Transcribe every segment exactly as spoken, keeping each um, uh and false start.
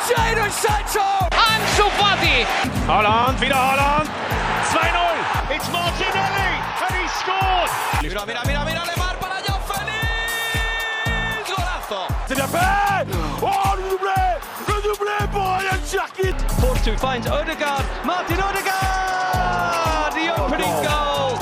Jadon Sancho! Ansu Fati! Haaland, wieder Haaland! zwei null! It's Martinelli! And he scored! Mira, mira, mira, mira, Lemar para João Félix! Golazo! C'est bien fait! Oh, le doublé! Le doublé pour Ryan Cherki! Force finds Odegaard. Martin Odegaard! The opening goal!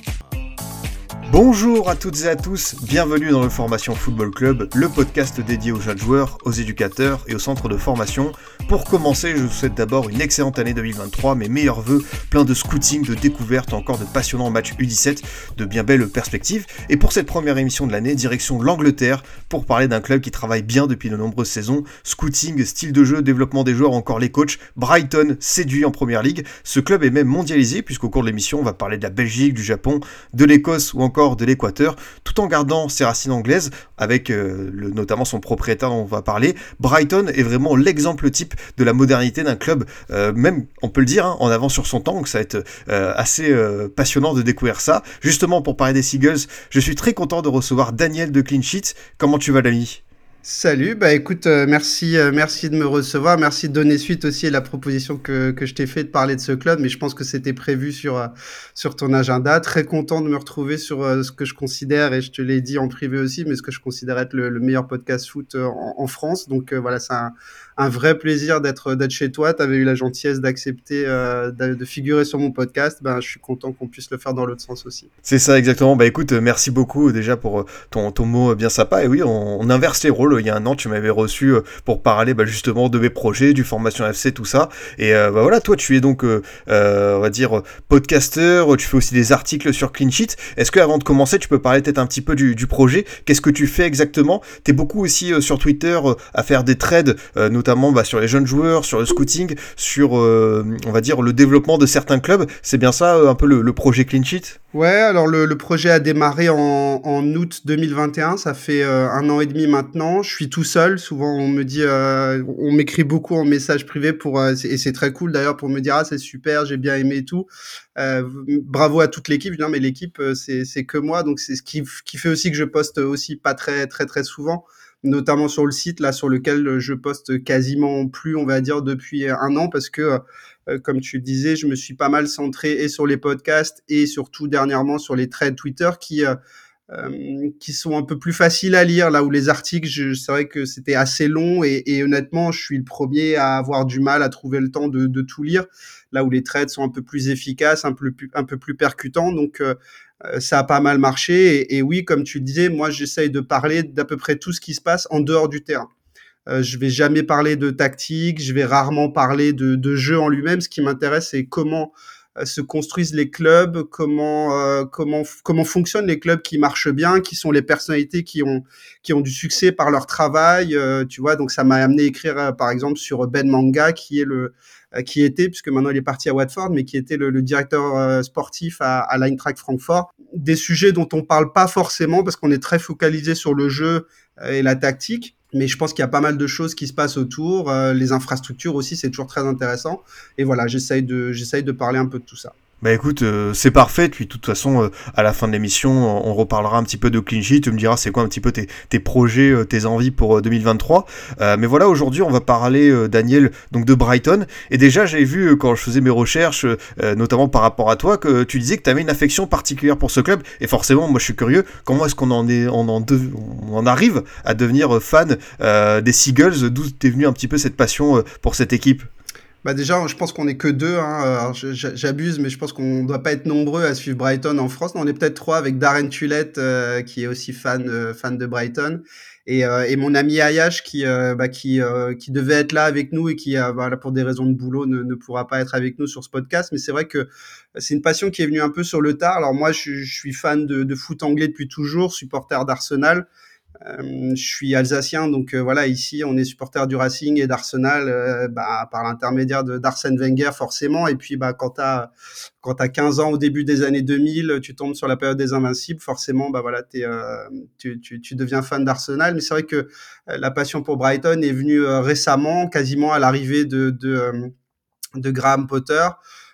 Bonjour à toutes et à tous, bienvenue dans le Formation Football Club, le podcast dédié aux jeunes joueurs, aux éducateurs et aux centres de formation. Pour commencer, je vous souhaite d'abord une excellente année deux mille vingt-trois, mes meilleurs vœux, plein de scouting, de découvertes, encore de passionnants matchs U dix-sept, de bien belles perspectives. Et pour cette première émission de l'année, direction l'Angleterre, pour parler d'un club qui travaille bien depuis de nombreuses saisons, scouting, style de jeu, développement des joueurs, encore les coachs. Brighton séduit en première ligue, ce club est même mondialisé, puisqu'au cours de l'émission, on va parler de la Belgique, du Japon, de l'Écosse ou encore de l'Équateur, tout en gardant ses racines anglaises, avec euh, le, notamment son propriétaire dont on va parler. Brighton est vraiment l'exemple type de la modernité d'un club, euh, même, on peut le dire, hein, en avance sur son temps, donc ça va être euh, assez euh, passionnant de découvrir ça. Justement, pour parler des Seagulls, je suis très content de recevoir Daniel de Clean Sheet. Comment tu vas, l'ami ? Salut, bah écoute, euh, merci, euh, merci de me recevoir, merci de donner suite aussi à la proposition que, que je t'ai fait de parler de ce club, mais je pense que c'était prévu sur, euh, sur ton agenda. Très content de me retrouver sur euh, ce que je considère, et je te l'ai dit en privé aussi, mais ce que je considère être le, le meilleur podcast foot euh, en, en France. Donc euh, voilà, c'est un, un vrai plaisir d'être, d'être chez toi. Tu avais eu la gentillesse d'accepter euh, de, de figurer sur mon podcast. Ben, je suis content qu'on puisse le faire dans l'autre sens aussi. C'est ça, exactement. Bah écoute, merci beaucoup déjà pour ton, ton mot bien sympa. Et oui, on, on inverse les rôles. Il y a un an, tu m'avais reçu pour parler bah, justement de mes projets, du Formation F C, tout ça. Et euh, bah voilà, toi, tu es donc, euh, on va dire, podcasteur. Tu fais aussi des articles sur Clean Sheet. Est-ce qu'avant de commencer, tu peux parler peut-être un petit peu du, du projet ? Qu'est-ce que tu fais exactement ? Tu es beaucoup aussi euh, sur Twitter euh, à faire des trades, euh, notamment bah, sur les jeunes joueurs, sur le scouting, sur, euh, on va dire, le développement de certains clubs. C'est bien ça, euh, un peu le, le projet Clean Sheet ? Ouais, alors le, le projet a démarré en, en août deux mille vingt et un, ça fait euh, un an et demi maintenant. Je suis tout seul, souvent on me dit, euh, on m'écrit beaucoup en message privé pour, euh, et c'est très cool d'ailleurs pour me dire ah c'est super, j'ai bien aimé et tout. Euh, bravo à toute l'équipe. Non mais l'équipe c'est c'est que moi, donc c'est ce qui qui fait aussi que je poste aussi pas très très très souvent, notamment sur le site là sur lequel je poste quasiment plus, on va dire depuis un an, parce que Euh, comme tu le disais, je me suis pas mal centré et sur les podcasts et surtout dernièrement sur les threads Twitter qui euh, euh, qui sont un peu plus faciles à lire, là où les articles, je, c'est vrai que c'était assez long et, et honnêtement, je suis le premier à avoir du mal à trouver le temps de, de tout lire, là où les threads sont un peu plus efficaces, un peu plus, un peu plus percutants, donc euh, ça a pas mal marché et, et oui, comme tu le disais, moi j'essaye de parler d'à peu près tout ce qui se passe en dehors du terrain. Euh, je vais jamais parler de tactique, je vais rarement parler de, de jeu en lui-même. Ce qui m'intéresse, c'est comment euh, se construisent les clubs, comment euh, comment comment fonctionnent les clubs qui marchent bien, qui sont les personnalités qui ont qui ont du succès par leur travail. Euh, tu vois, donc ça m'a amené à écrire euh, par exemple sur Ben Manga, qui est le euh, qui était, puisque maintenant il est parti à Watford, mais qui était le, le directeur euh, sportif à, à l'Eintracht Francfort. Des sujets dont on parle pas forcément parce qu'on est très focalisé sur le jeu euh, et la tactique. Mais je pense qu'il y a pas mal de choses qui se passent autour. Euh, les infrastructures aussi, c'est toujours très intéressant. Et voilà, j'essaye de, j'essaye de parler un peu de tout ça. Bah écoute, euh, c'est parfait, puis de toute façon, euh, à la fin de l'émission, on reparlera un petit peu de Clean Sheet, tu me diras c'est quoi un petit peu tes, tes projets, euh, tes envies pour euh, deux mille vingt-trois. Euh, mais voilà, aujourd'hui, on va parler, euh, Daniel, donc de Brighton. Et déjà, j'ai vu, euh, quand je faisais mes recherches, euh, notamment par rapport à toi, que tu disais que tu avais une affection particulière pour ce club. Et forcément, moi, je suis curieux, comment est-ce qu'on en, est, on en, de, on en arrive à devenir fan euh, des Seagulls ? D'où t'es venu un petit peu cette passion euh, pour cette équipe ? Bah déjà, je pense qu'on est que deux. Hein. Alors, j'abuse, mais je pense qu'on doit pas être nombreux à suivre Brighton en France. Non, on est peut-être trois avec Darren Tulette, euh, qui est aussi fan, euh, fan de Brighton, et, euh, et mon ami Ayash qui, euh, bah, qui, euh, qui devait être là avec nous et qui, euh, voilà, pour des raisons de boulot, ne, ne pourra pas être avec nous sur ce podcast. Mais c'est vrai que c'est une passion qui est venue un peu sur le tard. Alors moi, je, je suis fan de, de foot anglais depuis toujours, supporter d'Arsenal. Euh, je suis alsacien, donc euh, voilà, ici on est supporter du Racing et d'Arsenal, euh, bah, par l'intermédiaire de d'Arsène Wenger forcément. Et puis bah quand t'as quand t'as quinze ans au début des années deux mille, tu tombes sur la période des Invincibles, forcément bah voilà, t'es, euh, tu, tu tu deviens fan d'Arsenal. Mais c'est vrai que euh, la passion pour Brighton est venue euh, récemment, quasiment à l'arrivée de de euh, de Graham Potter.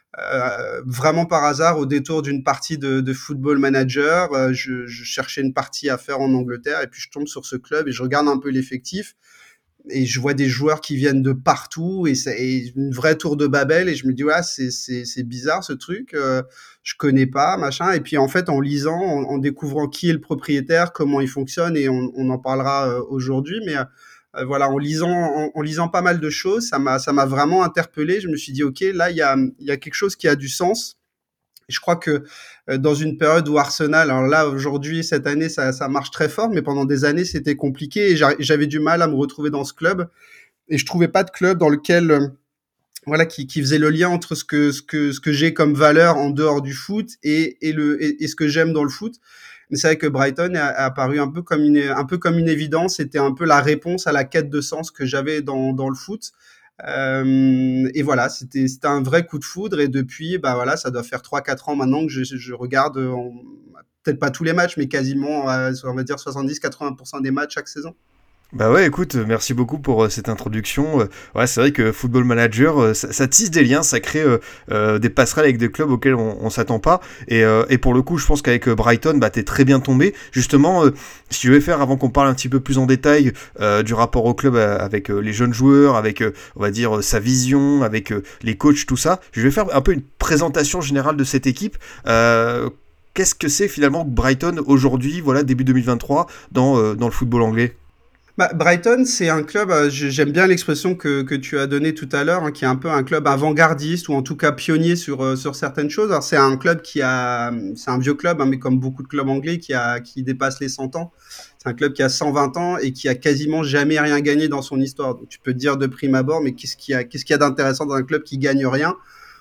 Euh, vraiment par hasard, au détour d'une partie de, de Football Manager, euh, je, je cherchais une partie à faire en Angleterre et puis je tombe sur ce club et je regarde un peu l'effectif. et je vois des joueurs qui viennent de partout et c'est et une vraie tour de Babel et je me dis ouais c'est c'est c'est bizarre ce truc, euh, je connais pas machin et puis en fait en lisant, en, en découvrant qui est le propriétaire, comment il fonctionne et on, on en parlera euh, aujourd'hui, mais euh, voilà en lisant en, en lisant pas mal de choses, ça m'a ça m'a vraiment interpellé. Je me suis dit ok là il y a il y a quelque chose qui a du sens. Je crois que euh, dans une période où Arsenal, alors là aujourd'hui cette année ça, ça marche très fort, mais pendant des années c'était compliqué et j'avais du mal à me retrouver dans ce club et je trouvais pas de club dans lequel euh, voilà qui, qui faisait le lien entre ce que ce que ce que j'ai comme valeur en dehors du foot et et le et, et ce que j'aime dans le foot. Mais c'est vrai que Brighton a, a apparu un peu comme une un peu comme une évidence, c'était un peu la réponse à la quête de sens que j'avais dans dans le foot. Euh, et voilà, c'était c'était un vrai coup de foudre et depuis bah voilà, ça doit faire trois quatre ans maintenant que je je regarde en, peut-être pas tous les matchs mais quasiment on va dire soixante-dix à quatre-vingts pour cent des matchs chaque saison. Bah ouais, écoute, merci beaucoup pour euh, cette introduction. Euh, ouais, c'est vrai que Football Manager, euh, ça, ça tisse des liens, ça crée euh, euh, des passerelles avec des clubs auxquels on, on s'attend pas. Et, euh, et pour le coup, je pense qu'avec euh, Brighton, bah t'es très bien tombé. Justement, euh, si tu veux faire, avant qu'on parle un petit peu plus en détail euh, du rapport au club euh, avec euh, les jeunes joueurs, avec, euh, on va dire, euh, sa vision, avec euh, les coachs, tout ça, je vais faire un peu une présentation générale de cette équipe. Euh, qu'est-ce que c'est finalement Brighton aujourd'hui, voilà, début deux mille vingt-trois, dans, euh, dans le football anglais ? Bah, Brighton, c'est un club, euh, j'aime bien l'expression que, que tu as donnée tout à l'heure, hein, qui est un peu un club avant-gardiste ou en tout cas pionnier sur, euh, sur certaines choses. Alors, c'est un club qui a, c'est un vieux club, hein, mais comme beaucoup de clubs anglais, qui a, qui dépasse les cent ans. C'est un club qui a cent vingt ans et qui a quasiment jamais rien gagné dans son histoire. Donc, tu peux te dire de prime abord, mais qu'est-ce qu'il y a, qu'est-ce qu'il y a d'intéressant dans un club qui gagne rien?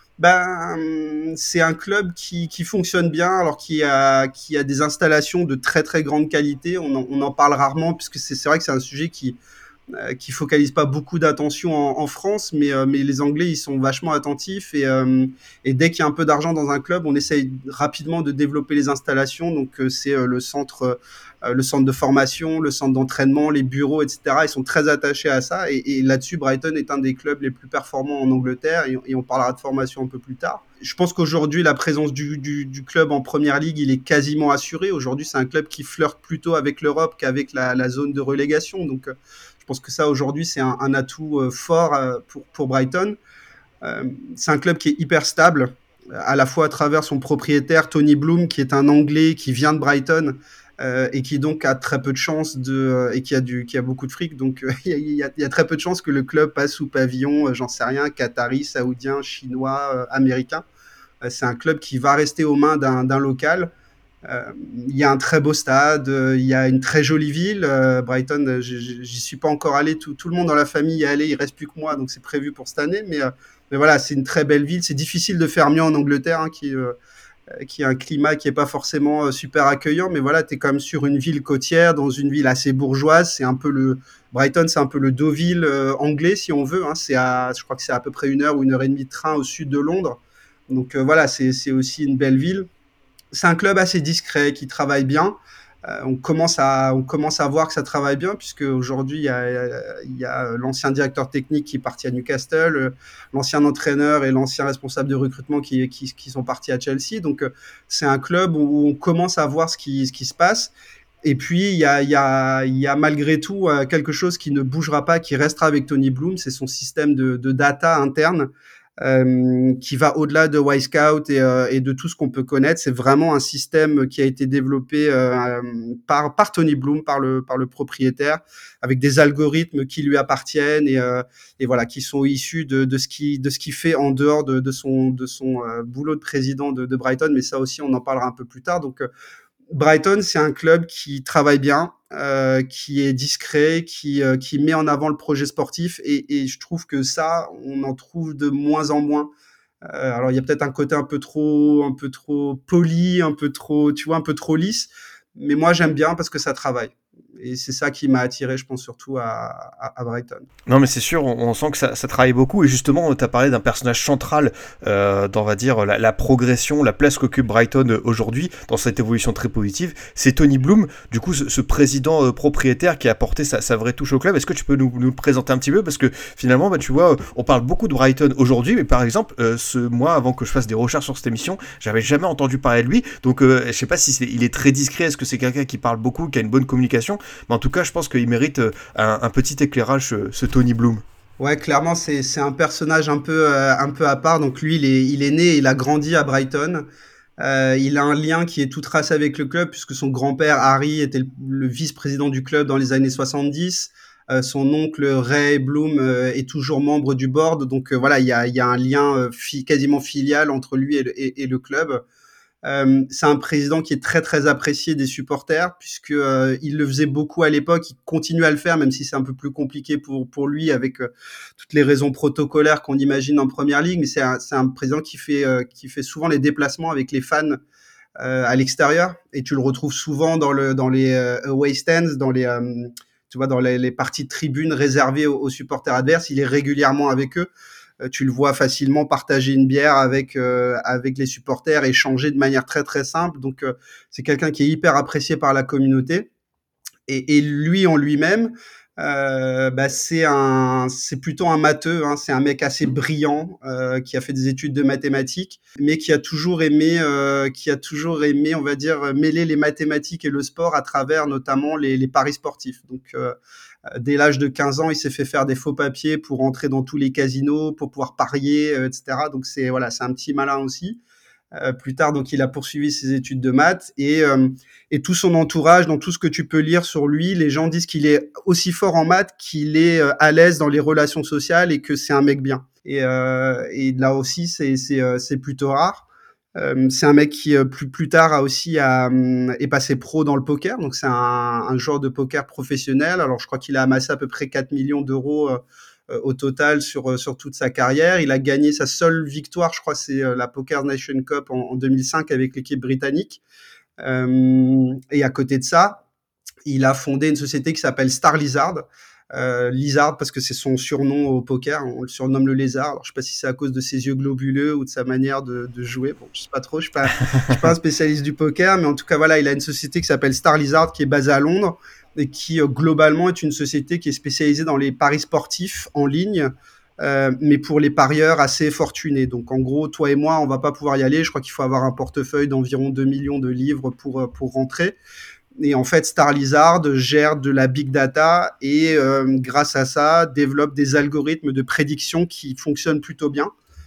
Ben, c'est un club qui, qui fonctionne bien, alors qui a, qui a des installations de très très grande qualité. On en, on en parle rarement, puisque c'est, c'est vrai que c'est un sujet qui, euh, qui focalise pas beaucoup d'attention en, en France, mais, euh, mais les Anglais ils sont vachement attentifs et, euh, et dès qu'il y a un peu d'argent dans un club, on essaye rapidement de développer les installations. Donc euh, c'est euh, le centre. Euh, le centre de formation, le centre d'entraînement, les bureaux, et cetera. Ils sont très attachés à ça. Et, et là-dessus, Brighton est un des clubs les plus performants en Angleterre. Et, et on parlera de formation un peu plus tard. Je pense qu'aujourd'hui, la présence du, du, du club en Première Ligue, il est quasiment assuré. Aujourd'hui, c'est un club qui flirte plutôt avec l'Europe qu'avec la, la zone de relégation. Donc, euh, je pense que ça, aujourd'hui, c'est un, un atout euh, fort euh, pour, pour Brighton. Euh, c'est un club qui est hyper stable, à la fois à travers son propriétaire, Tony Bloom, qui est un Anglais qui vient de Brighton, Euh, et qui donc a très peu de chances de euh, et qui a du qui a beaucoup de fric, donc il euh, y, y, y a très peu de chances que le club passe sous pavillon, euh, j'en sais rien, qatari, saoudien, chinois, euh, américain. Euh, c'est un club qui va rester aux mains d'un, d'un local. Il euh, y a un très beau stade, il euh, y a une très jolie ville. Euh, Brighton, j'y, j'y suis pas encore allé, tout, tout le monde dans la famille y est allé, il reste plus que moi, donc c'est prévu pour cette année. Mais, euh, mais voilà, c'est une très belle ville. C'est difficile de faire mieux en Angleterre, hein, qui euh, qui a un climat qui est pas forcément super accueillant, mais voilà, t'es quand même sur une ville côtière, dans une ville assez bourgeoise. C'est un peu le Brighton, c'est un peu le Deauville euh, anglais, si on veut. Hein. C'est à, je crois que c'est à peu près une heure ou une heure et demie de train au sud de Londres. Donc euh, voilà, c'est c'est aussi une belle ville. C'est un club assez discret qui travaille bien. Euh, on commence à on commence à voir que ça travaille bien, puisque aujourd'hui il y a il y a l'ancien directeur technique qui est parti à Newcastle, l'ancien entraîneur et l'ancien responsable de recrutement qui qui qui sont partis à Chelsea. Donc c'est un club où on commence à voir ce qui ce qui se passe. Et puis il y a il y a il y a malgré tout quelque chose qui ne bougera pas, qui restera avec Tony Bloom, c'est son système de de data interne. Euh, qui va au-delà de Wisecout et, euh, et de tout ce qu'on peut connaître. C'est vraiment un système qui a été développé euh, par par Tony Bloom, par le par le propriétaire, avec des algorithmes qui lui appartiennent et euh, et voilà, qui sont issus de de ce qui de ce qu'il fait en dehors de de son de son euh, boulot de président de, de Brighton. Mais ça aussi, on en parlera un peu plus tard. Donc euh, Brighton, c'est un club qui travaille bien, euh, qui est discret, qui euh, qui met en avant le projet sportif et, et je trouve que ça, on en trouve de moins en moins. Euh, alors il y a peut-être un côté un peu trop, un peu trop poli, un peu trop, tu vois, un peu trop lisse, mais moi j'aime bien parce que ça travaille. Et c'est ça qui m'a attiré, je pense, surtout à, à, à Brighton. Non, mais c'est sûr, on, on sent que ça, ça travaille beaucoup. Et justement, tu as parlé d'un personnage central euh, dans, on va dire, la, la progression, la place qu'occupe Brighton aujourd'hui, dans cette évolution très positive. C'est Tony Bloom, du coup, ce, ce président euh, propriétaire qui a apporté sa, sa vraie touche au club. Est-ce que tu peux nous, nous le présenter un petit peu ? Parce que finalement, bah, tu vois, on parle beaucoup de Brighton aujourd'hui, mais par exemple, euh, ce mois, avant que je fasse des recherches sur cette émission, j'avais jamais entendu parler de lui. Donc, euh, je sais pas si c'est, il est très discret, est-ce que c'est quelqu'un qui parle beaucoup, qui a une bonne communication ? Mais en tout cas, je pense qu'il mérite un, un petit éclairage, ce, ce Tony Bloom. Ouais, clairement, c'est, c'est un personnage un peu, euh, un peu à part. Donc lui, il est, il est né, il a grandi à Brighton. Euh, il a un lien qui est tout tracé avec le club puisque son grand-père Harry était le, le vice-président du club dans les années soixante-dix. Euh, son oncle Ray Bloom euh, est toujours membre du board. Donc euh, voilà, il y a, il y a un lien euh, fi- quasiment filial entre lui et le, et, et le club. Euh, c'est un président qui est très très apprécié des supporters puisque euh, il le faisait beaucoup à l'époque, il continue à le faire même si c'est un peu plus compliqué pour pour lui avec euh, toutes les raisons protocolaires qu'on imagine en première ligue. Mais c'est un, c'est un président qui fait euh, qui fait souvent les déplacements avec les fans euh, à l'extérieur et tu le retrouves souvent dans le dans les euh, away stands, dans les euh, tu vois dans les, les parties de tribunes réservées aux, aux supporters adverses. Il est régulièrement avec eux. Tu le vois facilement partager une bière avec euh, avec les supporters, échanger de manière très très simple. Donc euh, c'est quelqu'un qui est hyper apprécié par la communauté. Et, et lui en lui-même, euh, bah, c'est un c'est plutôt un matheux. Hein, c'est un mec assez brillant euh, qui a fait des études de mathématiques, mais qui a toujours aimé euh, qui a toujours aimé, on va dire, mêler les mathématiques et le sport à travers notamment les, les paris sportifs. Donc euh, Dès l'âge de quinze ans, il s'est fait faire des faux papiers pour entrer dans tous les casinos, pour pouvoir parier, euh, et cetera. Donc c'est voilà, c'est un petit malin aussi. Euh, plus tard, donc il a poursuivi ses études de maths et euh, et tout son entourage, dans tout ce que tu peux lire sur lui, les gens disent qu'il est aussi fort en maths qu'il est euh, à l'aise dans les relations sociales et que c'est un mec bien. Et euh, et là aussi, c'est c'est euh, c'est plutôt rare. Euh, c'est un mec qui euh, plus plus tard a aussi a, euh, est passé pro dans le poker, donc c'est un, un joueur de poker professionnel. Alors je crois qu'il a amassé à peu près quatre millions d'euros euh, euh, au total sur euh, sur toute sa carrière. Il a gagné sa seule victoire, je crois, c'est euh, la Poker Nation Cup en, en deux mille cinq avec l'équipe britannique. Euh, et à côté de ça, il a fondé une société qui s'appelle Star Lizard. Euh, Lizard parce que c'est son surnom au poker, on le surnomme le lézard. Alors je sais pas si c'est à cause de ses yeux globuleux ou de sa manière de, de jouer. Bon, je sais pas trop, je suis pas, je suis pas un spécialiste du poker, mais en tout cas voilà, il a une société qui s'appelle Star Lizard qui est basée à Londres et qui euh, globalement est une société qui est spécialisée dans les paris sportifs en ligne, euh, mais pour les parieurs assez fortunés. Donc en gros, toi et moi, on va pas pouvoir y aller. Je crois qu'il faut avoir un portefeuille d'environ deux millions de livres pour pour rentrer. Et en fait, Star Lizard gère de la big data et euh, grâce à ça, développe des algorithmes de prédiction qui fonctionnent plutôt bien.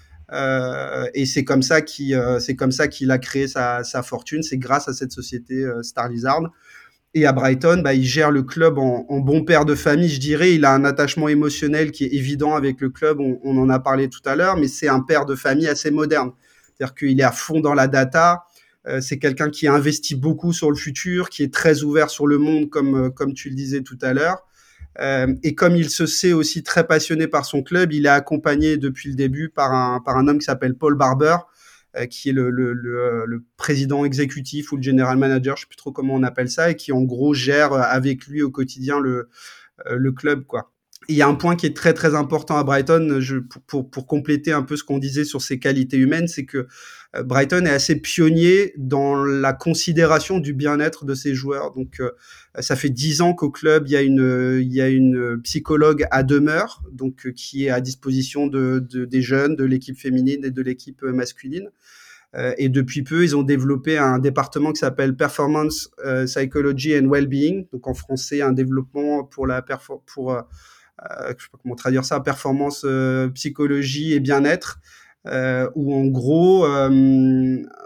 Euh, et c'est comme ça qu'il, euh, c'est comme ça qu'il a créé sa, sa fortune. C'est grâce à cette société euh, Star Lizard. Et à Brighton, bah, il gère le club en, en bon père de famille, je dirais. Il a un attachement émotionnel qui est évident avec le club. On, on en a parlé tout à l'heure, mais c'est un père de famille assez moderne. C'est-à-dire qu'il est à fond dans la data. Euh, c'est quelqu'un qui investit beaucoup sur le futur, qui est très ouvert sur le monde, comme comme tu le disais tout à l'heure. Euh, et comme il se sait aussi très passionné par son club, il est accompagné depuis le début par un par un homme qui s'appelle Paul Barber, euh, qui est le, le le le président exécutif ou le general manager, je sais plus trop comment on appelle ça, et qui en gros gère avec lui au quotidien le le club, quoi. Il y a un point qui est très très important à Brighton, je, pour, pour, pour compléter un peu ce qu'on disait sur ses qualités humaines, c'est que Brighton est assez pionnier dans la considération du bien-être de ses joueurs. Donc, euh, ça fait dix ans qu'au club il y a une il y a une psychologue à demeure, donc euh, qui est à disposition de, de des jeunes, de l'équipe féminine et de l'équipe masculine. Euh, et depuis peu, ils ont développé un département qui s'appelle Performance euh, Psychology and Wellbeing, donc en français un développement pour la perfor- pour euh, Euh, je sais pas comment traduire ça, performance, euh, psychologie et bien-être, euh, où en gros, il euh,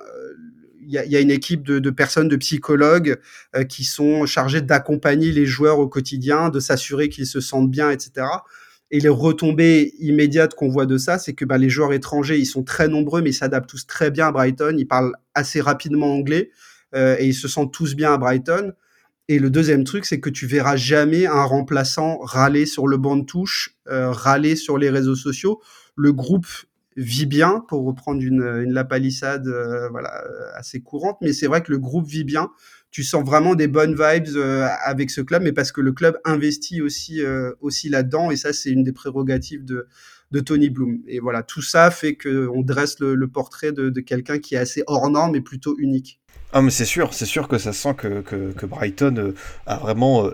y, a, y a une équipe de, de personnes, de psychologues, euh, qui sont chargés d'accompagner les joueurs au quotidien, de s'assurer qu'ils se sentent bien, et cetera. Et les retombées immédiates qu'on voit de ça, c'est que bah, les joueurs étrangers, ils sont très nombreux, mais ils s'adaptent tous très bien à Brighton, ils parlent assez rapidement anglais, euh, et ils se sentent tous bien à Brighton. Et le deuxième truc, c'est que tu verras jamais un remplaçant râler sur le banc de touche, euh, râler sur les réseaux sociaux. Le groupe vit bien, pour reprendre une, une lapalissade euh, voilà, assez courante, mais c'est vrai que le groupe vit bien. Tu sens vraiment des bonnes vibes euh, avec ce club, mais parce que le club investit aussi, euh, aussi là-dedans, et ça, c'est une des prérogatives de, de Tony Bloom. Et voilà, tout ça fait qu'on dresse le, le portrait de, de quelqu'un qui est assez hors norme, mais plutôt unique. Ah mais c'est sûr, c'est sûr que ça sent que, que, que Brighton euh, a vraiment euh,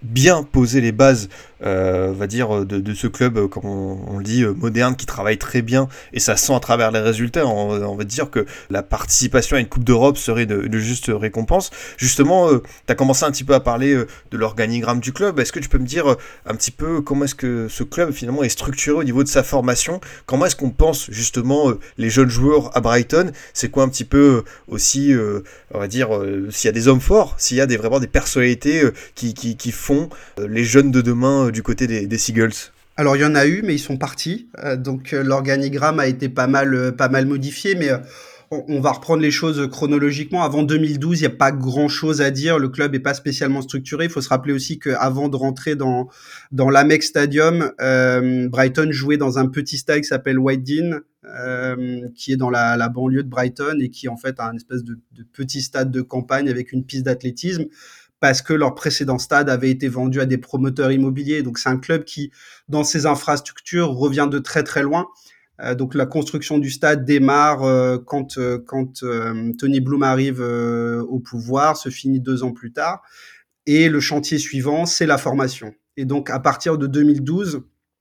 bien poser les bases, euh, on va dire, de, de ce club, comme on, on le dit, moderne, qui travaille très bien, et ça sent à travers les résultats. On, on va dire que la participation à une Coupe d'Europe serait de, de juste récompense. Justement, euh, tu as commencé un petit peu à parler euh, de l'organigramme du club. Est-ce que tu peux me dire euh, un petit peu comment est-ce que ce club finalement est structuré au niveau de sa formation? Comment est-ce qu'on pense justement euh, les jeunes joueurs à Brighton? C'est quoi un petit peu euh, aussi, euh, on va dire, euh, s'il y a des hommes forts, s'il y a des, vraiment des personnalités euh, qui, qui, qui font euh, les jeunes de demain euh, du côté des, des Seagulls? Alors il y en a eu, mais ils sont partis. Euh, donc euh, l'organigramme a été pas mal, euh, pas mal modifié, mais euh, on, on va reprendre les choses chronologiquement. Avant deux mille douze, il n'y a pas grand-chose à dire. Le club n'est pas spécialement structuré. Il faut se rappeler aussi qu'avant de rentrer dans dans l'Amex Stadium, euh, Brighton jouait dans un petit stade qui s'appelle White Dean, euh, qui est dans la, la banlieue de Brighton et qui en fait a un espèce de, de petit stade de campagne avec une piste d'athlétisme, parce que leur précédent stade avait été vendu à des promoteurs immobiliers. Donc c'est un club qui, dans ses infrastructures, revient de très très loin. Euh, donc la construction du stade démarre euh, quand, euh, quand euh, Tony Bloom arrive euh, au pouvoir, se finit deux ans plus tard. Et le chantier suivant, c'est la formation. Et donc à partir de deux mille douze,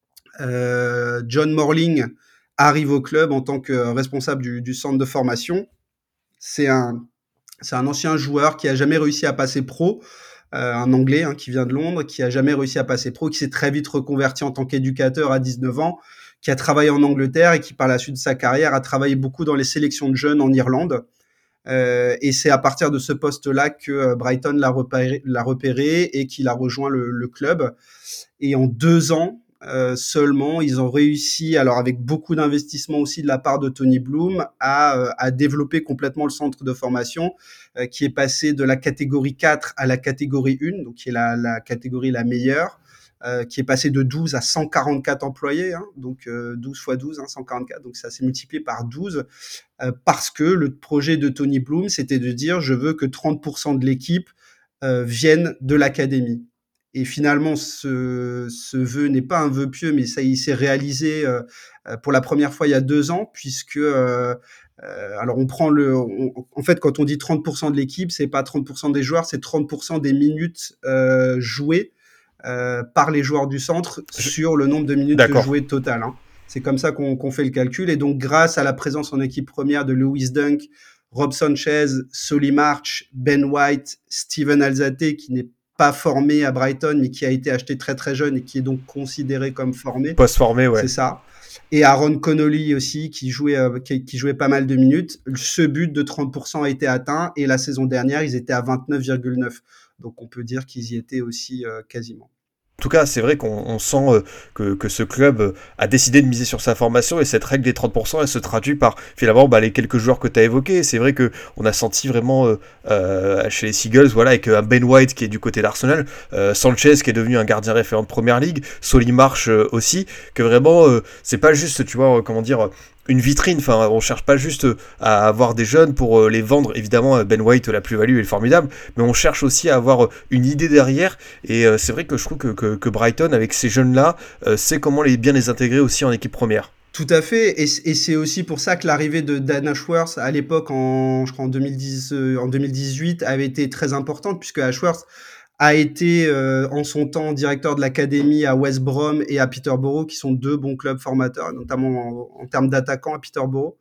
euh, John Morling arrive au club en tant que responsable du, du centre de formation. C'est un... C'est un ancien joueur qui a jamais réussi à passer pro, euh, un Anglais hein, qui vient de Londres, qui a jamais réussi à passer pro, qui s'est très vite reconverti en tant qu'éducateur à dix-neuf ans, qui a travaillé en Angleterre et qui, par la suite de sa carrière, a travaillé beaucoup dans les sélections de jeunes en Irlande. Euh, et c'est à partir de ce poste-là que Brighton l'a repéré, l'a repéré et qu'il a rejoint le, le club. Et en deux ans, Euh, seulement, ils ont réussi, alors avec beaucoup d'investissement aussi de la part de Tony Bloom, à, euh, à développer complètement le centre de formation, euh, qui est passé de la catégorie quatre à la catégorie un, donc qui est la, la catégorie la meilleure, euh, qui est passé de douze à cent quarante-quatre employés, hein, donc euh, douze fois douze, hein, cent quarante-quatre, donc ça s'est multiplié par douze, euh, parce que le projet de Tony Bloom, c'était de dire, je veux que trente pour cent de l'équipe euh, vienne de l'académie. Et finalement, ce, ce vœu n'est pas un vœu pieux, mais ça, il s'est réalisé euh, pour la première fois il y a deux ans, puisque euh, euh, alors on prend le, on, en fait, quand on dit trente pour cent de l'équipe, c'est pas trente pour cent des joueurs, c'est trente pour cent des minutes euh, jouées euh, par les joueurs du centre sur le nombre de minutes D'accord. jouées total. Hein. C'est comme ça qu'on, qu'on fait le calcul. Et donc, grâce à la présence en équipe première de Lewis Dunk, Rob Sanchez, Solly March, Ben White, Steven Alzate, qui n'est pas formé à Brighton, mais qui a été acheté très très jeune et qui est donc considéré comme formé. Post-formé, ouais. C'est ça. Et Aaron Connolly aussi, qui jouait, euh, qui, qui jouait pas mal de minutes. Ce but de trente pour cent a été atteint et la saison dernière, ils étaient à vingt-neuf virgule neuf. Donc on peut dire qu'ils y étaient aussi euh, quasiment. En tout cas, c'est vrai qu'on on sent euh, que, que ce club euh, a décidé de miser sur sa formation, et cette règle des trente pour cent, elle se traduit par finalement bah, les quelques joueurs que tu as évoqués. C'est vrai qu'on a senti vraiment euh, euh, chez les Seagulls, voilà, avec un Ben White qui est du côté d'Arsenal, euh, Sanchez qui est devenu un gardien référent de Première Ligue, Solly March euh, aussi, que vraiment euh, c'est pas juste, tu vois, euh, comment dire, une vitrine. Enfin, on cherche pas juste à avoir des jeunes pour euh, les vendre. Évidemment, Ben White, la plus-value est formidable, mais on cherche aussi à avoir une idée derrière. Et euh, c'est vrai que je trouve que, que, que Brighton, avec ces jeunes-là, euh, sait comment les, bien les intégrer aussi en équipe première. Tout à fait, et, et c'est aussi pour ça que l'arrivée de Dan Ashworth à l'époque, en, je crois en, deux mille dix, euh, en deux mille dix-huit, avait été très importante, puisque Ashworth a été euh, en son temps directeur de l'académie à West Brom et à Peterborough, qui sont deux bons clubs formateurs, notamment en, en termes d'attaquants à Peterborough.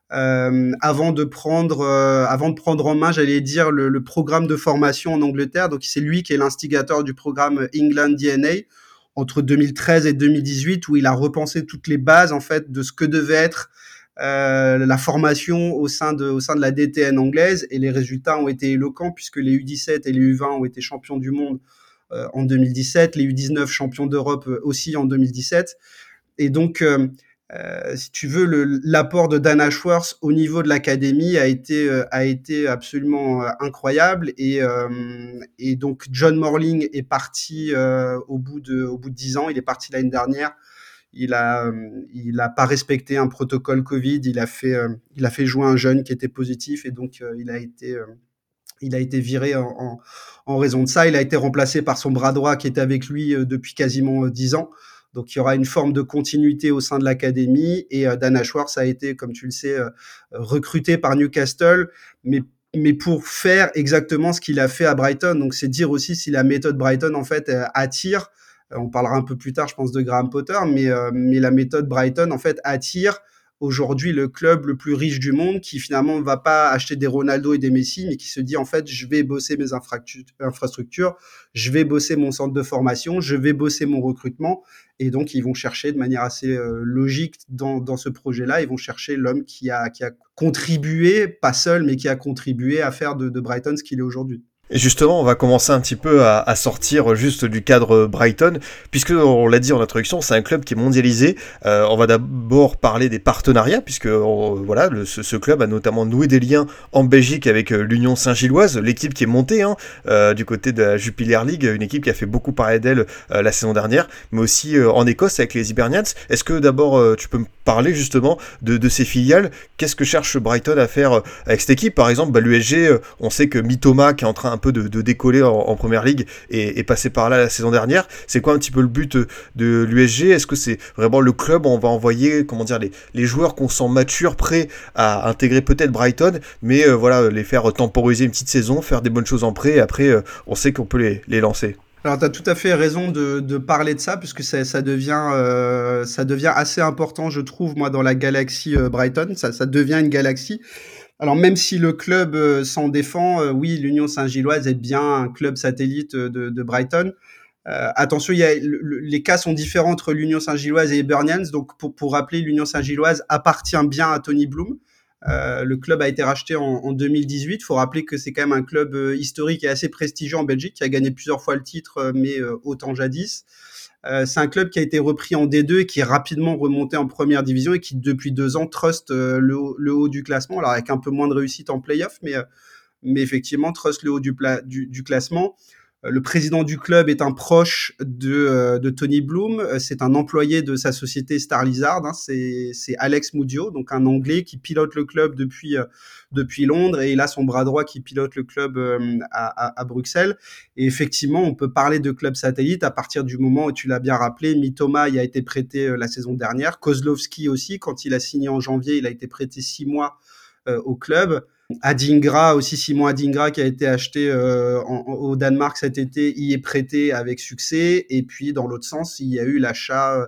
Euh, avant de prendre, euh, avant de prendre en main, j'allais dire le, le programme de formation en Angleterre. Donc c'est lui qui est l'instigateur du programme England D N A entre deux mille treize et deux mille dix-huit, où il a repensé toutes les bases en fait de ce que devait être Euh, la formation au sein de au sein de la D T N anglaise, et les résultats ont été éloquents, puisque les U dix-sept et les U vingt ont été champions du monde euh, en deux mille dix-sept, les U dix-neuf champions d'Europe euh, aussi en deux mille dix-sept. Et donc euh, euh, si tu veux, le, l'apport de Dan Ashworth au niveau de l'académie a été euh, a été absolument euh, incroyable, et euh, et donc John Morling est parti euh, au bout de au bout de dix ans. Il est parti l'année dernière. Il a, il a pas respecté un protocole Covid. Il a fait, euh, il a fait jouer un jeune qui était positif, et donc euh, il a été, euh, il a été viré en, en, en raison de ça. Il a été remplacé par son bras droit qui était avec lui euh, depuis quasiment euh, dix ans. Donc il y aura une forme de continuité au sein de l'académie. Et euh, Dan Ashworth a été, comme tu le sais, euh, recruté par Newcastle, mais mais pour faire exactement ce qu'il a fait à Brighton. Donc c'est dire aussi si la méthode Brighton en fait attire. On parlera un peu plus tard, je pense, de Graham Potter, mais, euh, mais la méthode Brighton, en fait, attire aujourd'hui le club le plus riche du monde qui, finalement, ne va pas acheter des Ronaldo et des Messi, mais qui se dit, en fait, je vais bosser mes infrastructures, je vais bosser mon centre de formation, je vais bosser mon recrutement. Et donc, ils vont chercher de manière assez euh, logique dans, dans ce projet-là, ils vont chercher l'homme qui a, qui a contribué, pas seul, mais qui a contribué à faire de, de Brighton ce qu'il est aujourd'hui. Et justement, on va commencer un petit peu à, à sortir juste du cadre Brighton, puisque on l'a dit en introduction, c'est un club qui est mondialisé. Euh, on va d'abord parler des partenariats, puisque on, voilà, le, ce, ce club a notamment noué des liens en Belgique avec euh, l'Union Saint-Gilloise, l'équipe qui est montée hein, euh, du côté de la Jupiler League, une équipe qui a fait beaucoup parler d'elle euh, la saison dernière, mais aussi euh, en Écosse avec les Hibernians. Est-ce que d'abord euh, tu peux me parler justement de, de ces filiales? Qu'est-ce que cherche Brighton à faire euh, avec cette équipe? Par exemple, bah, l'U S G, euh, on sait que Mitoma, qui est en train un peu de, de décoller en, en première ligue et est passé par là la saison dernière. C'est quoi un petit peu le but de l'U S G? Est-ce que c'est vraiment le club où on va envoyer, comment dire, les, les joueurs qu'on sent matures, prêts à intégrer peut-être Brighton, mais euh, voilà, les faire temporiser une petite saison, faire des bonnes choses en prêt, et après euh, on sait qu'on peut les, les lancer? Alors, tu as tout à fait raison de, de parler de ça, puisque ça, ça, devient, euh, ça devient assez important, je trouve, moi, dans la galaxie euh, Brighton. Ça, ça devient une galaxie. Alors, même si le club euh, s'en défend, euh, oui, l'Union Saint-Gilloise est bien un club satellite de, de Brighton. Euh, attention, il y a, le, les cas sont différents entre l'Union Saint-Gilloise et Hibernians. Donc, pour, pour rappeler, l'Union Saint-Gilloise appartient bien à Tony Bloom. Euh, le club a été racheté en, en deux mille dix-huit. Il faut rappeler que c'est quand même un club euh, historique et assez prestigieux en Belgique, qui a gagné plusieurs fois le titre, euh, mais euh, autant jadis. Euh, c'est un club qui a été repris en D deux et qui est rapidement remonté en première division et qui, depuis deux ans, truste euh, le, le haut du classement. Alors, avec un peu moins de réussite en play-off, mais, euh, mais effectivement, truste le haut du, pla- du, du classement. Le président du club est un proche de, euh, de Tony Bloom. C'est un employé de sa société Star Lizard. Hein. C'est, c'est Alex Mudio, donc un Anglais qui pilote le club depuis, euh, depuis Londres, et il a son bras droit qui pilote le club euh, à, à, à Bruxelles. Et effectivement, on peut parler de club satellite à partir du moment où tu l'as bien rappelé. Mitoma y a été prêté euh, la saison dernière. Kozlowski aussi, quand il a signé en janvier, il a été prêté six mois euh, au club. Adingra aussi, Simon Adingra qui a été acheté euh, en, en, au Danemark cet été, y est prêté avec succès. Et puis dans l'autre sens, il y a eu l'achat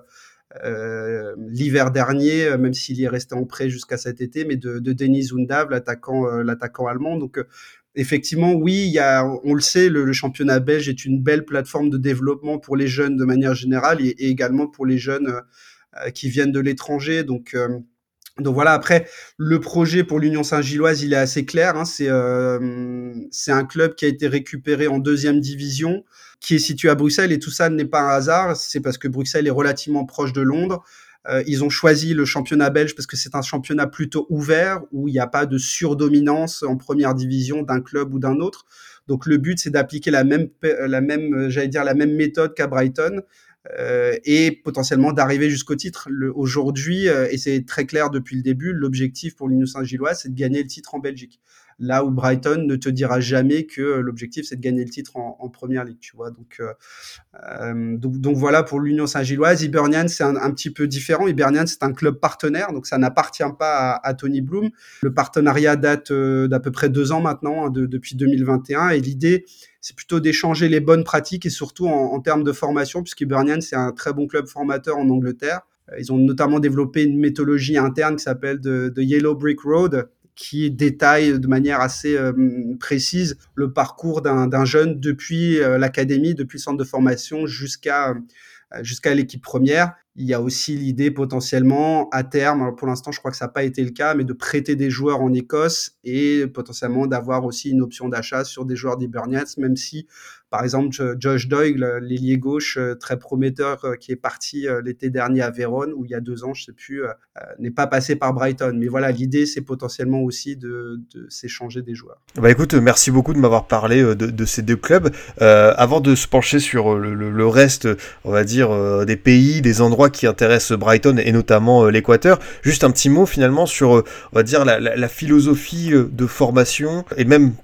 euh, l'hiver dernier, même s'il y est resté en prêt jusqu'à cet été, mais de, de Denis Undav, l'attaquant, euh, l'attaquant allemand. Donc euh, effectivement, oui, il y a, on le sait, le, le championnat belge est une belle plateforme de développement pour les jeunes de manière générale et, et également pour les jeunes euh, qui viennent de l'étranger. Donc euh, Donc voilà, après, le projet pour l'Union Saint-Gilloise, il est assez clair. Hein, c'est, euh, c'est un club qui a été récupéré en deuxième division, qui est situé à Bruxelles, et tout ça n'est pas un hasard. C'est parce que Bruxelles est relativement proche de Londres. Euh, ils ont choisi le championnat belge parce que c'est un championnat plutôt ouvert, où il n'y a pas de surdominance en première division d'un club ou d'un autre. Donc le but, c'est d'appliquer la même, la même, j'allais dire, la même méthode qu'à Brighton. Euh, et potentiellement d'arriver jusqu'au titre. Le, aujourd'hui, euh, et c'est très clair depuis le début, l'objectif pour l'Union Saint-Gilloise, c'est de gagner le titre en Belgique. Là où Brighton ne te dira jamais que l'objectif, c'est de gagner le titre en, en première ligue, tu vois. Donc, euh, euh, donc, donc voilà pour l'Union Saint-Gilloise. Hibernian, c'est un, un petit peu différent. Hibernian, c'est un club partenaire, donc ça n'appartient pas à, à Tony Bloom. Le partenariat date euh, d'à peu près deux ans maintenant, hein, de, depuis deux mille vingt et un, et l'idée, c'est plutôt d'échanger les bonnes pratiques et surtout en, en termes de formation, puisque Hibernian, c'est un très bon club formateur en Angleterre. Ils ont notamment développé une méthodologie interne qui s'appelle The, The Yellow Brick Road, qui détaille de manière assez euh, précise le parcours d'un, d'un jeune depuis euh, l'académie, depuis le centre de formation jusqu'à, euh, jusqu'à l'équipe première. Il y a aussi l'idée potentiellement à terme, alors pour l'instant je crois que ça n'a pas été le cas, mais de prêter des joueurs en Écosse et potentiellement d'avoir aussi une option d'achat sur des joueurs d'Hibernian, même si par exemple Josh Doyle, l'ailier gauche très prometteur qui est parti l'été dernier à Vérone, ou il y a deux ans, je ne sais plus, n'est pas passé par Brighton. Mais voilà, l'idée c'est potentiellement aussi de, de s'échanger des joueurs. Bah écoute, merci beaucoup de m'avoir parlé de, de ces deux clubs. Euh, avant de se pencher sur le, le, le reste, on va dire, des pays, des endroits qui intéressent Brighton et notamment l'Équateur, juste un petit mot finalement sur, on va dire, la, la, la philosophie de formation et même